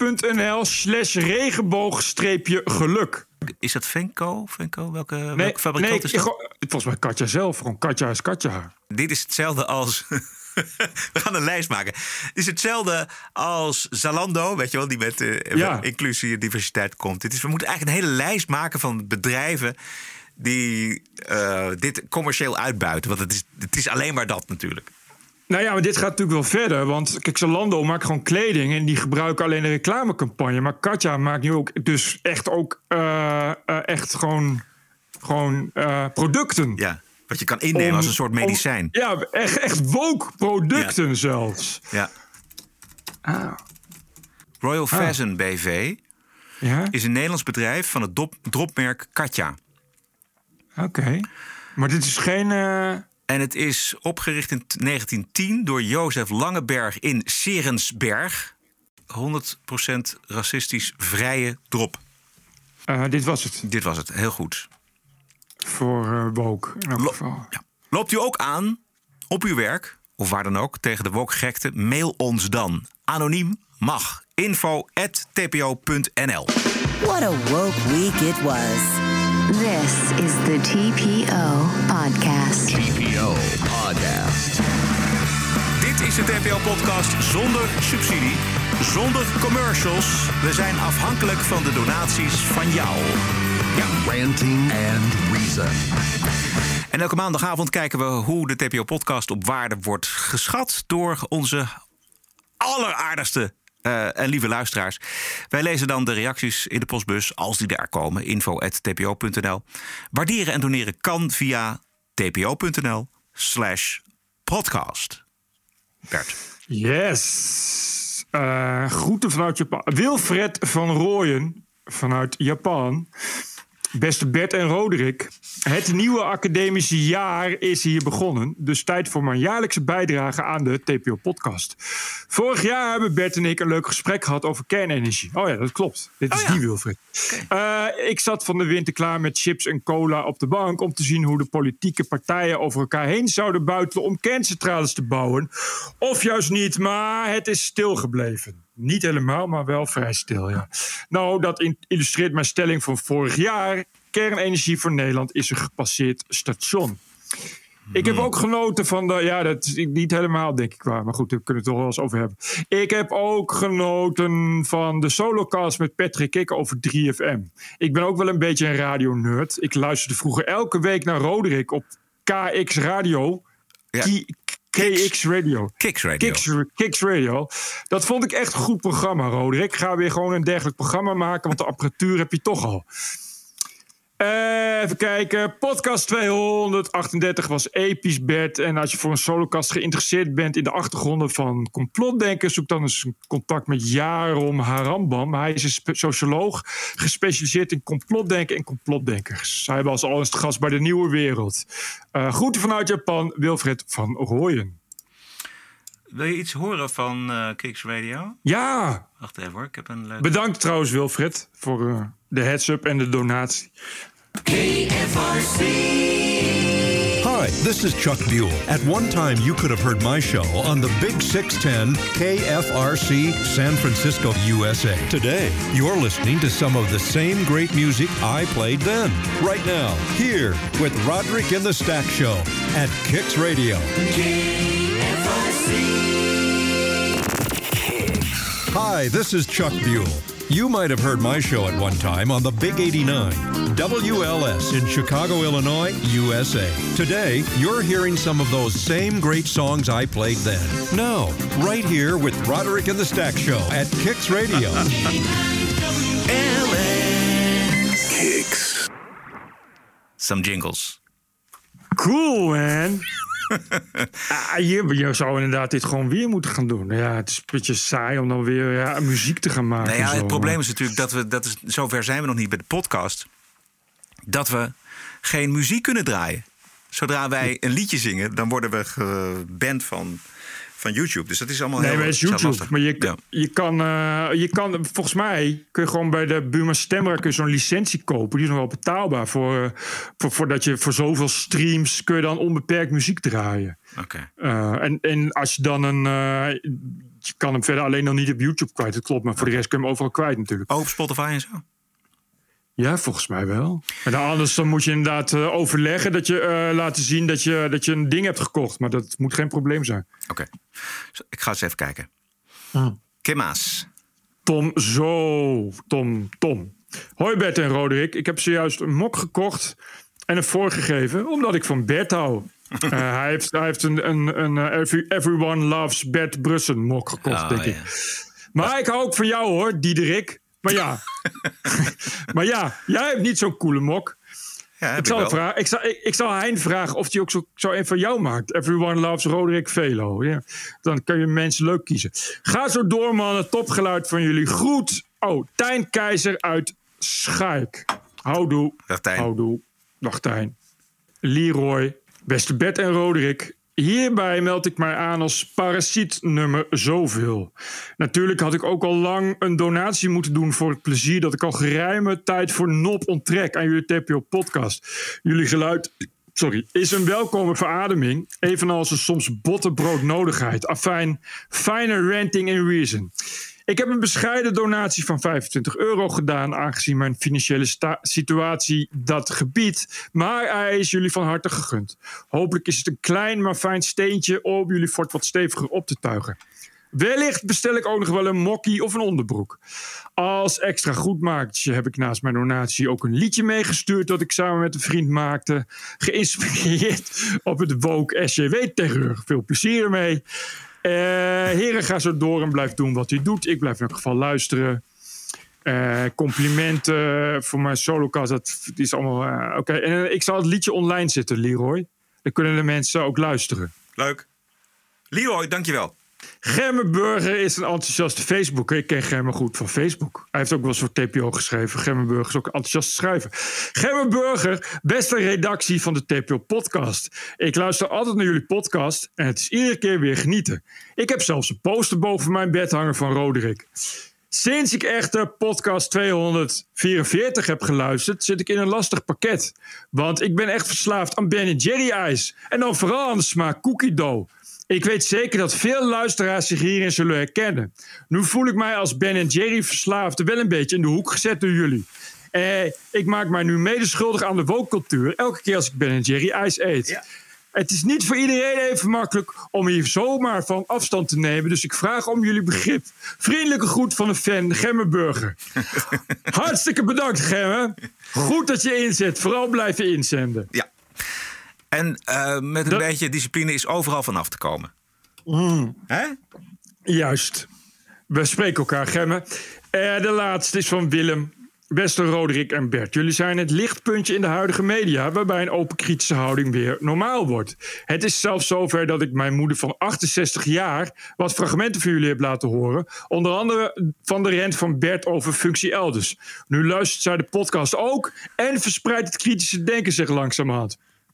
katja.nl/regenboog-geluk. Is dat Venco? Welke fabrikant is dat? Volgens mij Katja zelf. Gewoon Katja is Katja. Dit is hetzelfde als... We gaan een lijst maken. Het is hetzelfde als Zalando, weet je wel, die met inclusie en diversiteit komt. We moeten eigenlijk een hele lijst maken van bedrijven die dit commercieel uitbuiten. Want het is alleen maar dat natuurlijk. Nou ja, maar dit gaat natuurlijk wel verder. Want kijk, Zalando maakt gewoon kleding en die gebruiken alleen de reclamecampagne. Maar Katja maakt nu ook dus echt gewoon producten. Ja. Wat je kan innemen als een soort medicijn. Echt woke producten zelfs. Ja. Royal Fashion BV is een Nederlands bedrijf van het dropmerk Katja. Oké. Maar dit is geen... En het is opgericht in 1910 door Jozef Langeberg in Serensberg. 100% racistisch vrije drop. Dit was het. Dit was het, heel goed. Voor woke in elk geval. Loopt u ook aan op uw werk, of waar dan ook, tegen de woke-gekte? Mail ons dan. Anoniem mag. info@tpo.nl. What a woke week it was. This is the TPO Podcast. TPO Podcast. Dit is de TPO-podcast zonder subsidie, zonder commercials. We zijn afhankelijk van de donaties van jou. Ja. Ranting and Reason. En elke maandagavond kijken we hoe de TPO-podcast op waarde wordt geschat door onze alleraardigste en lieve luisteraars. Wij lezen dan de reacties in de postbus als die daar komen. info@tpo.nl. Waarderen en doneren kan via tpo.nl/podcast. Bert. Yes. Groeten vanuit Japan. Wilfred van Rooyen vanuit Japan. Beste Bert en Roderick. Het nieuwe academische jaar is hier begonnen. Dus tijd voor mijn jaarlijkse bijdrage aan de TPO-podcast. Vorig jaar hebben Bert en ik een leuk gesprek gehad over kernenergie. Oh ja, dat klopt. Dit is die Wilfred. Ik zat van de winter klaar met chips en cola op de bank om te zien hoe de politieke partijen over elkaar heen zouden buitelen om kerncentrales te bouwen. Of juist niet, maar het is stilgebleven. Niet helemaal, maar wel vrij stil, ja. Nou, dat illustreert mijn stelling van vorig jaar. Kernenergie voor Nederland is een gepasseerd station. Ik heb ook genoten van de... Ja, dat is niet helemaal, denk ik waar. Maar goed, daar kunnen we het toch wel eens over hebben. Ik heb ook genoten van de solocast met Patrick Kikker over 3FM. Ik ben ook wel een beetje een radio-nerd. Ik luisterde vroeger elke week naar Roderick op KX Radio. Ja. KX Radio. Kix Radio. Dat vond ik echt een goed programma, Roderick. Ik ga weer gewoon een dergelijk programma maken, want de apparatuur heb je toch al. Even kijken. Podcast 238 was episch, Bert. En als je voor een solocast geïnteresseerd bent in de achtergronden van complotdenken, zoek dan eens contact met Jarom Harambam. Hij is een socioloog gespecialiseerd in complotdenken en complotdenkers. Hij was al eens te gast bij de Nieuwe Wereld. Groeten vanuit Japan, Wilfred van Rooyen. Wil je iets horen van Kicks Radio? Ja! Wacht even hoor, ik heb een leuk... Bedankt trouwens Wilfred voor de heads-up en de donatie. KFRC. Hi, this is Chuck Buell. At one time, you could have heard my show on the Big 610 KFRC San Francisco, USA. Today, you're listening to some of the same great music I played then. Right now, here with Roderick and the Stack Show at Kicks Radio. KFRC. Hi, this is Chuck Buell. You might have heard my show at one time on the Big 89, WLS in Chicago, Illinois, USA. Today, you're hearing some of those same great songs I played then. Now, right here with Roderick and the Stack Show at Kicks Radio. Kicks. Some jingles. Cool, man. Je zou inderdaad dit gewoon weer moeten gaan doen. Ja, het is een beetje saai om dan weer muziek te gaan maken. Nou ja, het probleem is natuurlijk zover zijn we nog niet bij de podcast, dat we geen muziek kunnen draaien. Zodra wij een liedje zingen, dan worden we geband van YouTube. Dus dat is allemaal heel YouTube. lastig. Maar je kan, volgens mij kun je gewoon bij de Buma Stemra zo'n licentie kopen. Die is nog wel betaalbaar voordat je voor zoveel streams kun je dan onbeperkt muziek draaien. Oké. En als je dan je kan hem verder alleen nog niet op YouTube kwijt. Dat klopt, maar voor de rest kun je hem overal kwijt natuurlijk. Ook op Spotify en zo? Ja, volgens mij wel. Maar anders dan moet je inderdaad overleggen dat je laten zien dat je een ding hebt gekocht. Maar dat moet geen probleem zijn. Oké. Ik ga eens even kijken. Kimma's. Tom. Hoi Bert en Roderick. Ik heb zojuist een mok gekocht en een voorgegeven, omdat ik van Bert hou. Hij heeft een Everyone Loves Bert Brussen mok gekocht, denk ik. Maar ik hou ook van jou hoor, Diederik. Maar ja. Maar ja, jij hebt niet zo'n coole mok. Ja, ik zal Hein vragen of hij ook zo een van jou maakt. Everyone Loves Roderick Velo. Ja. Dan kun je mensen leuk kiezen. Ga zo door, mannen. Topgeluid van jullie. Groet. Tijn Keizer uit Schaik. Houdoe. Dag Tijn. Houdoe. Dag Tijn. Leroy. Beste Bert en Roderick. Hierbij meld ik mij aan als parasiet nummer zoveel. Natuurlijk had ik ook al lang een donatie moeten doen voor het plezier dat ik al geruime tijd voor nop onttrek aan jullie TPO-podcast. Jullie geluid is een welkome verademing, evenals een soms bottenbroodnodigheid. Afijn, fijne ranting in reason. Ik heb een bescheiden donatie van €25 gedaan, aangezien mijn financiële situatie dat gebiedt. Maar hij is jullie van harte gegund. Hopelijk is het een klein maar fijn steentje om jullie fort wat steviger op te tuigen. Wellicht bestel ik ook nog wel een mokkie of een onderbroek. Als extra goedmakertje heb ik naast mijn donatie ook een liedje meegestuurd dat ik samen met een vriend maakte. Geïnspireerd op het woke SJW-terreur. Veel plezier ermee. Heren, ga zo door en blijf doen wat u doet. Ik blijf in elk geval luisteren. Complimenten voor mijn solocast. Dat is allemaal oké. En ik zal het liedje online zetten, Leroy. Dan kunnen de mensen ook luisteren. Leuk. Leroy, dankjewel. Germe Burger is een enthousiaste Facebooker. Ik ken Germe goed van Facebook. Hij heeft ook wel eens voor TPO geschreven. Germe Burger is ook een enthousiaste schrijver. Germe Burger, beste redactie van de TPO-podcast. Ik luister altijd naar jullie podcast en het is iedere keer weer genieten. Ik heb zelfs een poster boven mijn bed hangen van Roderick. Sinds ik echter podcast 244 heb geluisterd, zit ik in een lastig pakket. Want ik ben echt verslaafd aan Ben & Jerry ijs. En dan vooral aan de smaak cookie dough. Ik weet zeker dat veel luisteraars zich hierin zullen herkennen. Nu voel ik mij als Ben & Jerry verslaafde wel een beetje in de hoek gezet door jullie. Ik maak mij nu mede schuldig aan de woke-cultuur elke keer als ik Ben & Jerry ijs eet. Ja. Het is niet voor iedereen even makkelijk om hier zomaar van afstand te nemen. Dus ik vraag om jullie begrip. Vriendelijke groet van een fan, Gemme Burger. Hartstikke bedankt, Gemme. Goed dat je inzet. Vooral blijven inzenden. Ja. En met een beetje discipline is overal vanaf te komen. Hè? Juist. We spreken elkaar, Gemme. De laatste is van Willem. Beste Roderick en Bert, jullie zijn het lichtpuntje in de huidige media, waarbij een open kritische houding weer normaal wordt. Het is zelfs zover dat ik mijn moeder van 68 jaar wat fragmenten van jullie heb laten horen. Onder andere van de rant van Bert over functie elders. Nu luistert zij de podcast ook en verspreidt het kritische denken zich langzamerhand.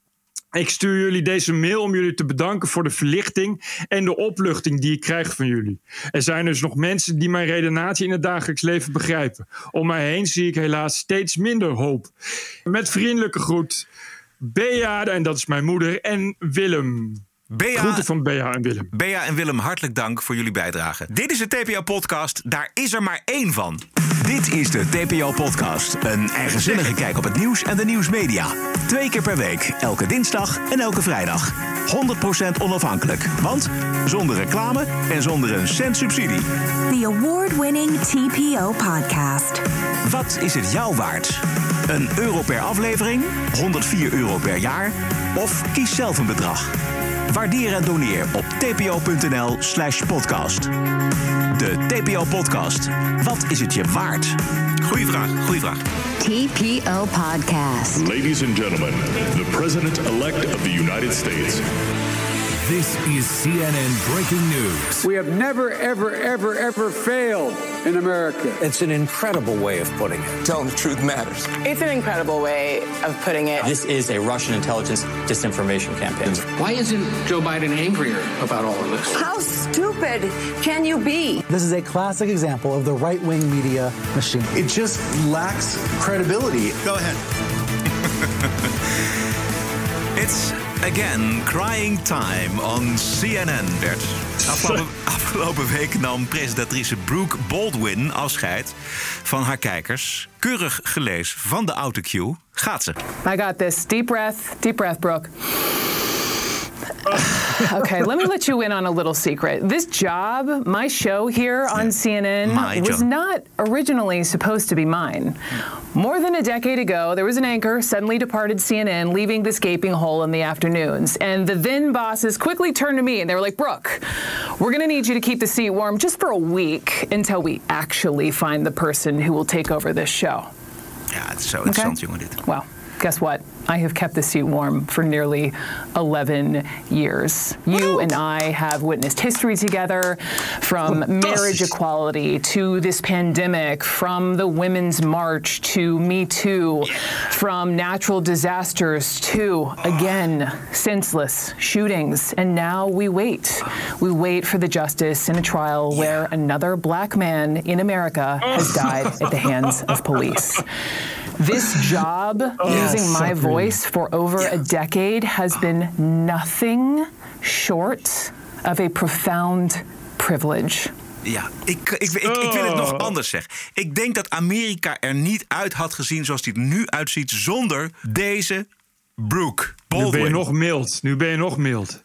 Ik stuur jullie deze mail om jullie te bedanken voor de verlichting en de opluchting die ik krijg van jullie. Er zijn dus nog mensen die mijn redenatie in het dagelijks leven begrijpen. Om mij heen zie ik helaas steeds minder hoop. Met vriendelijke groet, Bea, en dat is mijn moeder, en Willem. Groeten van Bea en Willem. Bea en Willem, hartelijk dank voor jullie bijdrage. Dit is de TPO-podcast, daar is er maar één van. Dit is de TPO-podcast. Een eigenzinnige kijk op het nieuws en de nieuwsmedia. 2 keer per week, elke dinsdag en elke vrijdag. 100% onafhankelijk, want zonder reclame en zonder een cent subsidie. The award-winning TPO podcast. Wat is het jou waard? €1 per aflevering, €104 per jaar of kies zelf een bedrag. Waardeer en doneer op tpo.nl/podcast. De TPO-podcast. Wat is het je waard? Goeie vraag. TPO Podcast. Ladies and gentlemen, the President-elect of the United States. This is CNN breaking news. We have never, ever failed in America. It's an incredible way of putting it. Telling the truth matters. It's an incredible way of putting it. This is a Russian intelligence disinformation campaign. Why isn't Joe Biden angrier about all of this? How stupid can you be? This is a classic example of the right-wing media machine. It just lacks credibility. Go ahead. It's again crying time on CNN, Bert. Afgelopen week nam presentatrice Brooke Baldwin afscheid van haar kijkers. Keurig gelezen van de autocue. Gaat ze. I got this. Deep breath, Brooke. Okay, let me let you in on a little secret. This job, my show here on CNN, was not originally supposed to be mine. More than a decade ago, there was an anchor suddenly departed CNN, leaving this gaping hole in the afternoons. And the then bosses quickly turned to me and they were like, Brooke, we're going to need you to keep the seat warm just for a week until we actually find the person who will take over this show. Ja, het is zo interessant, jongen, dit. Well, guess what? I have kept the seat warm for nearly 11 years. You and I have witnessed history together, from marriage equality to this pandemic, from the Women's March to Me Too, from natural disasters to, again, senseless shootings. And now we wait. We wait for the justice in a trial where another black man in America has died at the hands of police. This job, using my voice for over a decade, has been nothing short of a profound privilege. Ja, ik wil het nog anders zeggen. Ik denk dat Amerika er niet uit had gezien zoals die er nu uitziet zonder deze Brooke Baldwin. Nu ben je nog mild.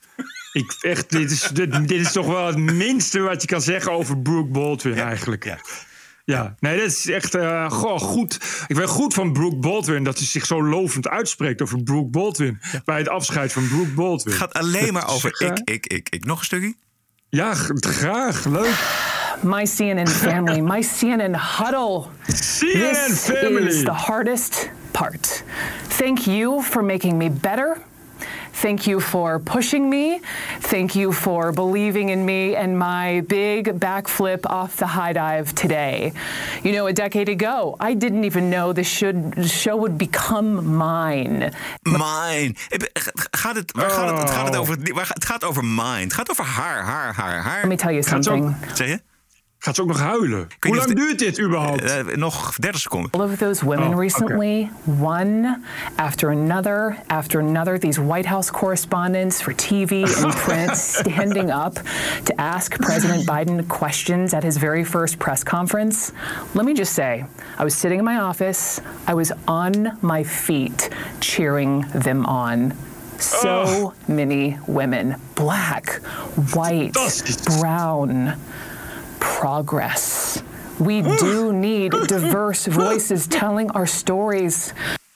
Dit is toch wel het minste wat je kan zeggen over Brooke Baldwin eigenlijk. Ja, nee, dat is echt goed. Ik ben goed van Brooke Baldwin dat hij zich zo lovend uitspreekt over Brooke Baldwin. Bij het afscheid van Brooke Baldwin. Het gaat alleen maar over ik. Nog een stukje? Ja, graag. Leuk. My CNN family, my CNN huddle. CNN family. This is the hardest part. Thank you for making me better. Thank you for pushing me. Thank you for believing in me and my big backflip off the high dive today. You know, a decade ago, I didn't even know the show would become mine. Mine. Het gaat over mine. Het gaat over haar. Let me tell you something. Zeg je? Gaat ze ook nog huilen? Hoe lang duurt dit überhaupt? Nog 30 seconden. All of those women recently, one after another, these White House correspondents for TV and print standing up to ask President Biden questions at his very first press conference. Let me just say, I was sitting in my office, I was on my feet cheering them on. So many women, black, white, brown. Progress. We do need diverse voices telling our stories.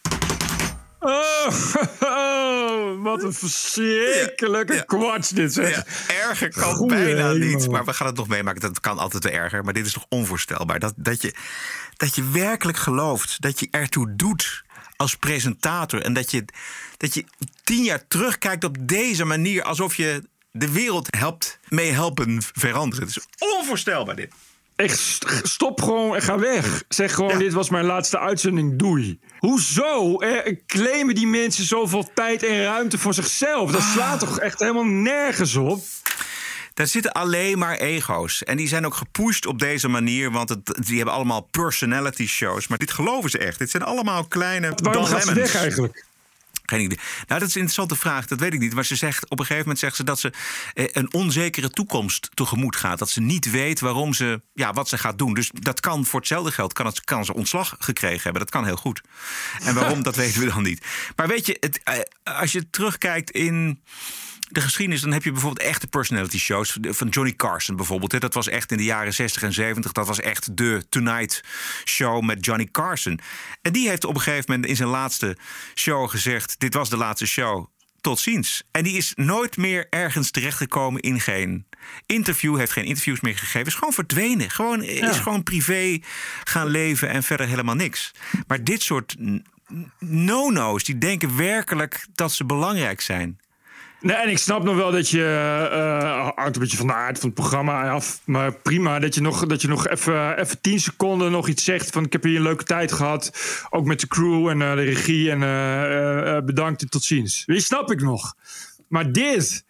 Wat een verschrikkelijke kwats dit zeg. Ja, erger kan bijna niet, maar we gaan het nog meemaken. Dat kan altijd weer erger, maar dit is toch onvoorstelbaar. Dat je werkelijk gelooft, dat je ertoe doet als presentator. En dat je 10 jaar terugkijkt op deze manier, alsof je de wereld mee helpen veranderen. Het is onvoorstelbaar dit. Stop gewoon en ga weg. Zeg gewoon, dit was mijn laatste uitzending, doei. Hoezo claimen die mensen zoveel tijd en ruimte voor zichzelf? Dat slaat toch echt helemaal nergens op? Daar zitten alleen maar ego's. En die zijn ook gepusht op deze manier, want die hebben allemaal personality shows. Maar dit geloven ze echt. Dit zijn allemaal kleine... Waarom gaat ze weg eigenlijk? Geen idee. Nou, dat is een interessante vraag, dat weet ik niet. Maar ze zegt, op een gegeven moment zegt ze dat ze een onzekere toekomst tegemoet gaat. Dat ze niet weet waarom ze, wat ze gaat doen. Dus dat kan voor hetzelfde geld, kan ze ontslag gekregen hebben. Dat kan heel goed. En waarom, dat weten we dan niet. Maar weet je, als je terugkijkt in de geschiedenis, dan heb je bijvoorbeeld echte personality shows van Johnny Carson bijvoorbeeld. Dat was echt in de jaren 60 en 70. Dat was echt de Tonight Show met Johnny Carson. En die heeft op een gegeven moment in zijn laatste show gezegd: dit was de laatste show, tot ziens. En die is nooit meer ergens terechtgekomen in geen interview, heeft geen interviews meer gegeven. Is gewoon verdwenen. Is gewoon privé gaan leven en verder helemaal niks. Maar dit soort no-no's, die denken werkelijk dat ze belangrijk zijn. Nee, en ik snap nog wel dat je hangt een beetje van de aard van het programma af, maar prima dat je nog even 10 seconden nog iets zegt van: ik heb hier een leuke tijd gehad, ook met de crew en de regie en bedankt en tot ziens. Die snap ik nog. Maar dit,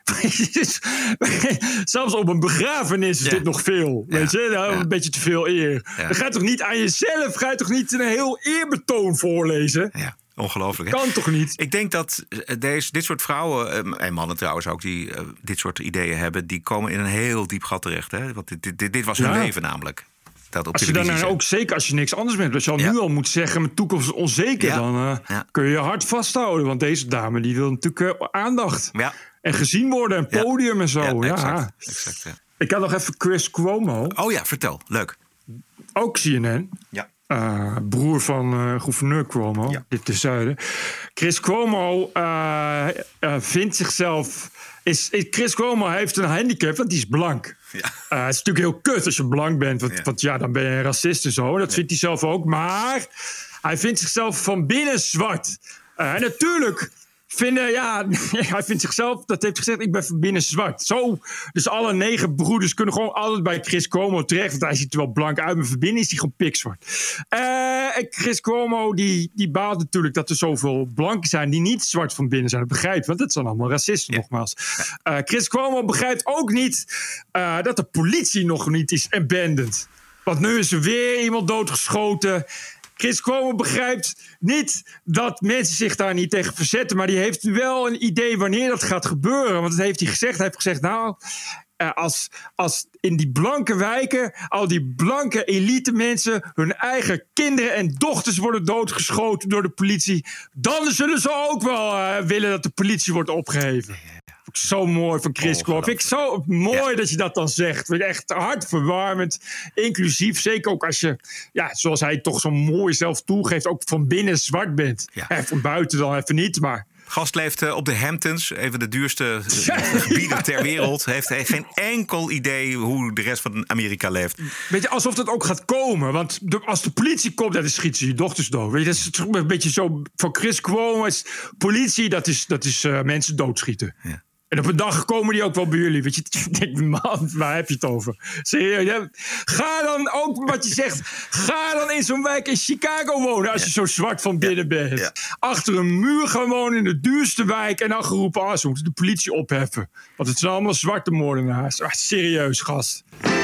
zelfs op een begrafenis is dit nog veel. Weet je, een beetje te veel eer. Dan ga je toch niet aan jezelf, ga je toch niet een heel eerbetoon voorlezen? Ja. Ongelooflijk, hè? Kan toch niet? Ik denk dat dit soort vrouwen, en mannen trouwens ook, die dit soort ideeën hebben, die komen in een heel diep gat terecht. Hè? Want dit was hun leven namelijk. Als je dan ook, zeker als je niks anders bent, als je al nu al moet zeggen, mijn toekomst is onzeker, dan kun je je hart vasthouden. Want deze dame die wil natuurlijk aandacht. Ja. En gezien worden, en podium en zo. Ja, exact. Ik had nog even Chris Cuomo. Oh ja, vertel. Leuk. Ook CNN. Ja. Broer van gouverneur Cuomo, dit terzijde. Chris Cuomo vindt zichzelf... Chris Cuomo heeft een handicap, want die is blank. Ja. Het is natuurlijk heel kut als je blank bent, want dan ben je een racist en zo. Dat vindt hij zelf ook, maar hij vindt zichzelf van binnen zwart. En natuurlijk... hij vindt zichzelf, dat heeft gezegd, ik ben van binnen zwart. Zo, dus alle 9 broeders kunnen gewoon altijd bij Chris Cuomo terecht. Want hij ziet er wel blank uit, maar van binnen is hij gewoon pikzwart. En Chris Cuomo, die baalt natuurlijk dat er zoveel blanken zijn die niet zwart van binnen zijn. Dat begrijpt, want dat zijn allemaal racisten nogmaals. Chris Cuomo begrijpt ook niet dat de politie nog niet is abandoned. Want nu is er weer iemand doodgeschoten. Chris Cuomo begrijpt niet dat mensen zich daar niet tegen verzetten. Maar die heeft wel een idee wanneer dat gaat gebeuren. Want dat heeft hij gezegd. Hij heeft gezegd, als in die blanke wijken al die blanke elite mensen hun eigen kinderen en dochters worden doodgeschoten door de politie, dan zullen ze ook wel willen dat de politie wordt opgeheven. Zo mooi van Chris Cuomo. Vind ik zo mooi dat je dat dan zegt. Echt hartverwarmend, inclusief. Zeker ook als je, zoals hij toch zo mooi zelf toegeeft, ook van binnen zwart bent. En van buiten dan even niet, maar... Gast leeft op de Hamptons, een van de duurste gebieden ter wereld. Heeft geen enkel idee hoe de rest van Amerika leeft. Weet je, alsof dat ook gaat komen. Want als de politie komt, dan schiet ze je dochters dood. Weet je, dat is een beetje zo van Chris Cuomo. Politie, dat is mensen doodschieten. Ja. En op een dag komen die ook wel bij jullie. Weet je, ik denk, man, waar heb je het over? Ga dan ook, wat je zegt, ga dan in zo'n wijk in Chicago wonen als je zo zwart van binnen bent. Ja. Achter een muur gaan wonen in de duurste wijk en dan geroepen, ze moeten de politie opheffen. Want het zijn allemaal zwarte moordenaars. Serieus, gast.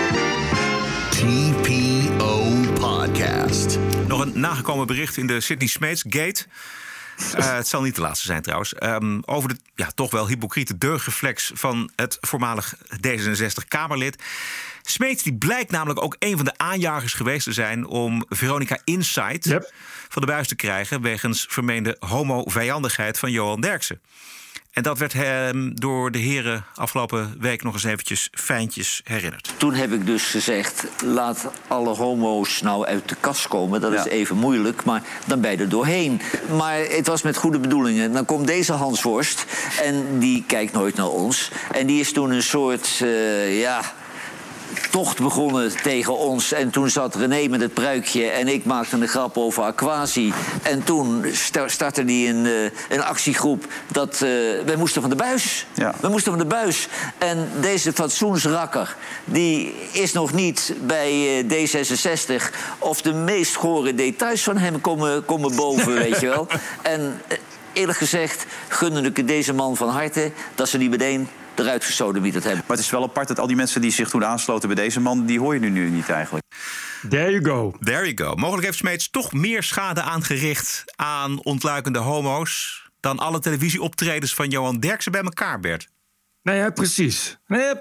TPO Podcast. Nog een nagekomen bericht in de Sidney Smeets Gate. Het zal niet de laatste zijn trouwens. Over de toch wel hypocriete deugdreflex van het voormalig D66-Kamerlid. Smeets die blijkt namelijk ook een van de aanjagers geweest te zijn om Veronica Inside van de buis te krijgen wegens vermeende homo-vijandigheid van Johan Derksen. En dat werd hem door de heren afgelopen week nog eens eventjes fijntjes herinnerd. Toen heb ik dus gezegd, laat alle homo's nou uit de kast komen. Dat is even moeilijk, maar dan ben je er doorheen. Maar het was met goede bedoelingen. Dan komt deze Hansworst en die kijkt nooit naar ons. En die is toen een soort, tocht begonnen tegen ons. En toen zat René met het pruikje en ik maakte een grap over Aquasi. En toen startte die een actiegroep dat wij moesten van de buis. Ja. We moesten van de buis. En deze fatsoensrakker, die is nog niet bij D66 of de meest gore details van hem komen boven, weet je wel. En eerlijk gezegd gunde ik deze man van harte dat ze die meteen eruit gesodemieterd hebben. Maar het is wel apart dat al die mensen die zich toen aansloten bij deze man, die hoor je nu niet eigenlijk. There you go. There you go. Mogelijk heeft Smeets toch meer schade aangericht aan ontluikende homo's dan alle televisieoptredens van Johan Derksen bij elkaar, Bert. Nou ja, precies.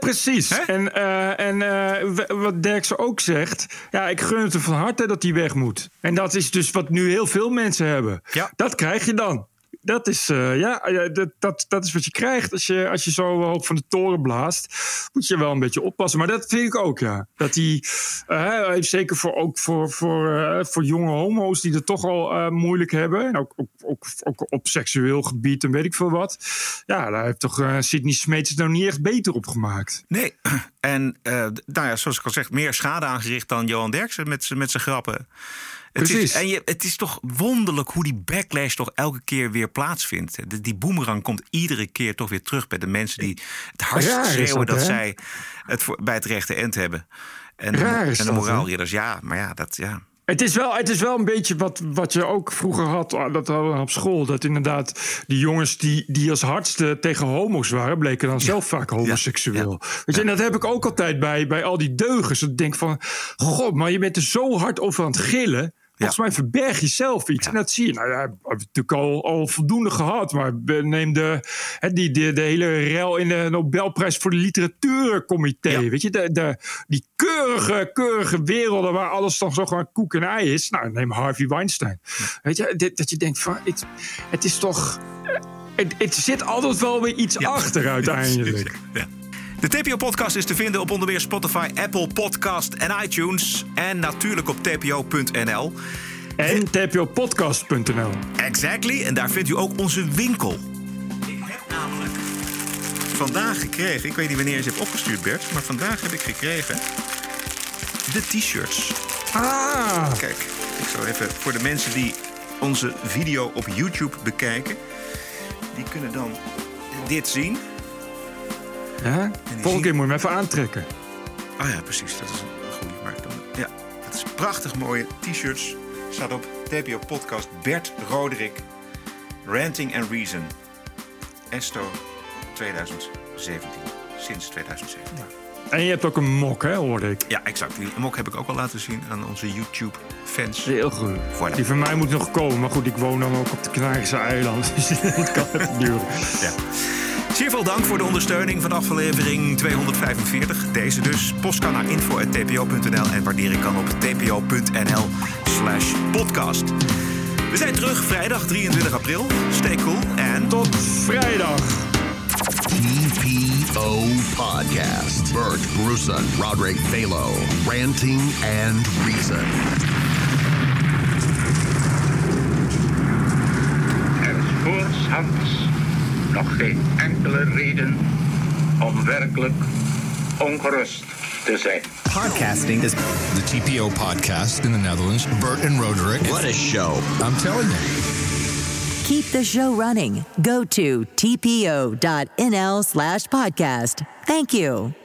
En wat Derksen ook zegt, ja, ik gun het hem van harte dat hij weg moet. En dat is dus wat nu heel veel mensen hebben. Ja. Dat krijg je dan. Dat is, dat is wat je krijgt als je zo hoog van de toren blaast. Moet je wel een beetje oppassen. Maar dat vind ik ook, ja. Dat hij, zeker voor jonge homo's die het toch al moeilijk hebben. En ook op seksueel gebied en weet ik veel wat. Ja, daar heeft toch Sidney Smeets het nou niet echt beter op gemaakt. Nee, en zoals ik al zeg, meer schade aangericht dan Johan Derksen met zijn grappen. Het is toch wonderlijk hoe die backlash toch elke keer weer plaatsvindt. Die boemerang komt iedere keer toch weer terug bij de mensen die het hardst schreeuwen dat zij het bij het rechte eind hebben. En de moraalridders, Het is wel een beetje wat je ook vroeger had, dat hadden we op school. Dat inderdaad die jongens die als hardste tegen homo's waren, bleken dan zelf vaak homoseksueel. Weet je, en dat heb ik ook altijd bij al die deugers. Dat ik denk van, god, maar je bent er zo hard over aan het gillen. Volgens mij verberg je zelf iets. Ja. En dat zie je. Nou ja, we hebben natuurlijk al voldoende gehad. Maar neem de hele rel in de Nobelprijs voor de literatuurcomité. Ja. Weet je, die keurige werelden waar alles dan zo gewoon koek en ei is. Nou, neem Harvey Weinstein. Ja. Weet je, dat je denkt van, het is toch... Het zit altijd wel weer iets achter uiteindelijk. Ja. De TPO-podcast is te vinden op onder meer Spotify, Apple Podcast en iTunes. En natuurlijk op tpo.nl. En tpopodcast.nl. Exactly, en daar vindt u ook onze winkel. Ik heb namelijk vandaag gekregen, ik weet niet wanneer je ze hebt opgestuurd, Bert, maar vandaag heb ik gekregen de t-shirts. Kijk, ik zal even voor de mensen die onze video op YouTube bekijken, die kunnen dan dit zien. Ja? Volgende keer moet je hem even aantrekken. Oh ja, precies. Dat is een goede. Maar dan, het is prachtig mooie t-shirts. Staat op TPO Podcast Bert Roderick. Ranting and Reason. Esto 2017. Sinds 2017. Ja. En je hebt ook een mok, hè, hoorde ik. Ja, exact. Die mok heb ik ook al laten zien aan onze YouTube-fans. Heel goed. Voilà. Die van mij moet nog komen. Maar goed, ik woon dan ook op de Canarische eilanden. Dus dat kan even duren. Ja. Zeer veel dank voor de ondersteuning van aflevering 245. Deze dus. Post kan naar info@tpo.nl en waardering kan op tpo.nl/podcast. We zijn terug vrijdag 23 april. Stay cool en tot vrijdag. TPO Podcast. Bert Brussen, Roderick Balo. Ranting and Reason. Er is voorshands nog geen enkele reden om werkelijk ongerust te zijn. Podcasting is the TPO podcast in the Netherlands. Bert and Roderick. What a show. I'm telling you. Keep the show running. Go to tpo.nl/podcast. Thank you.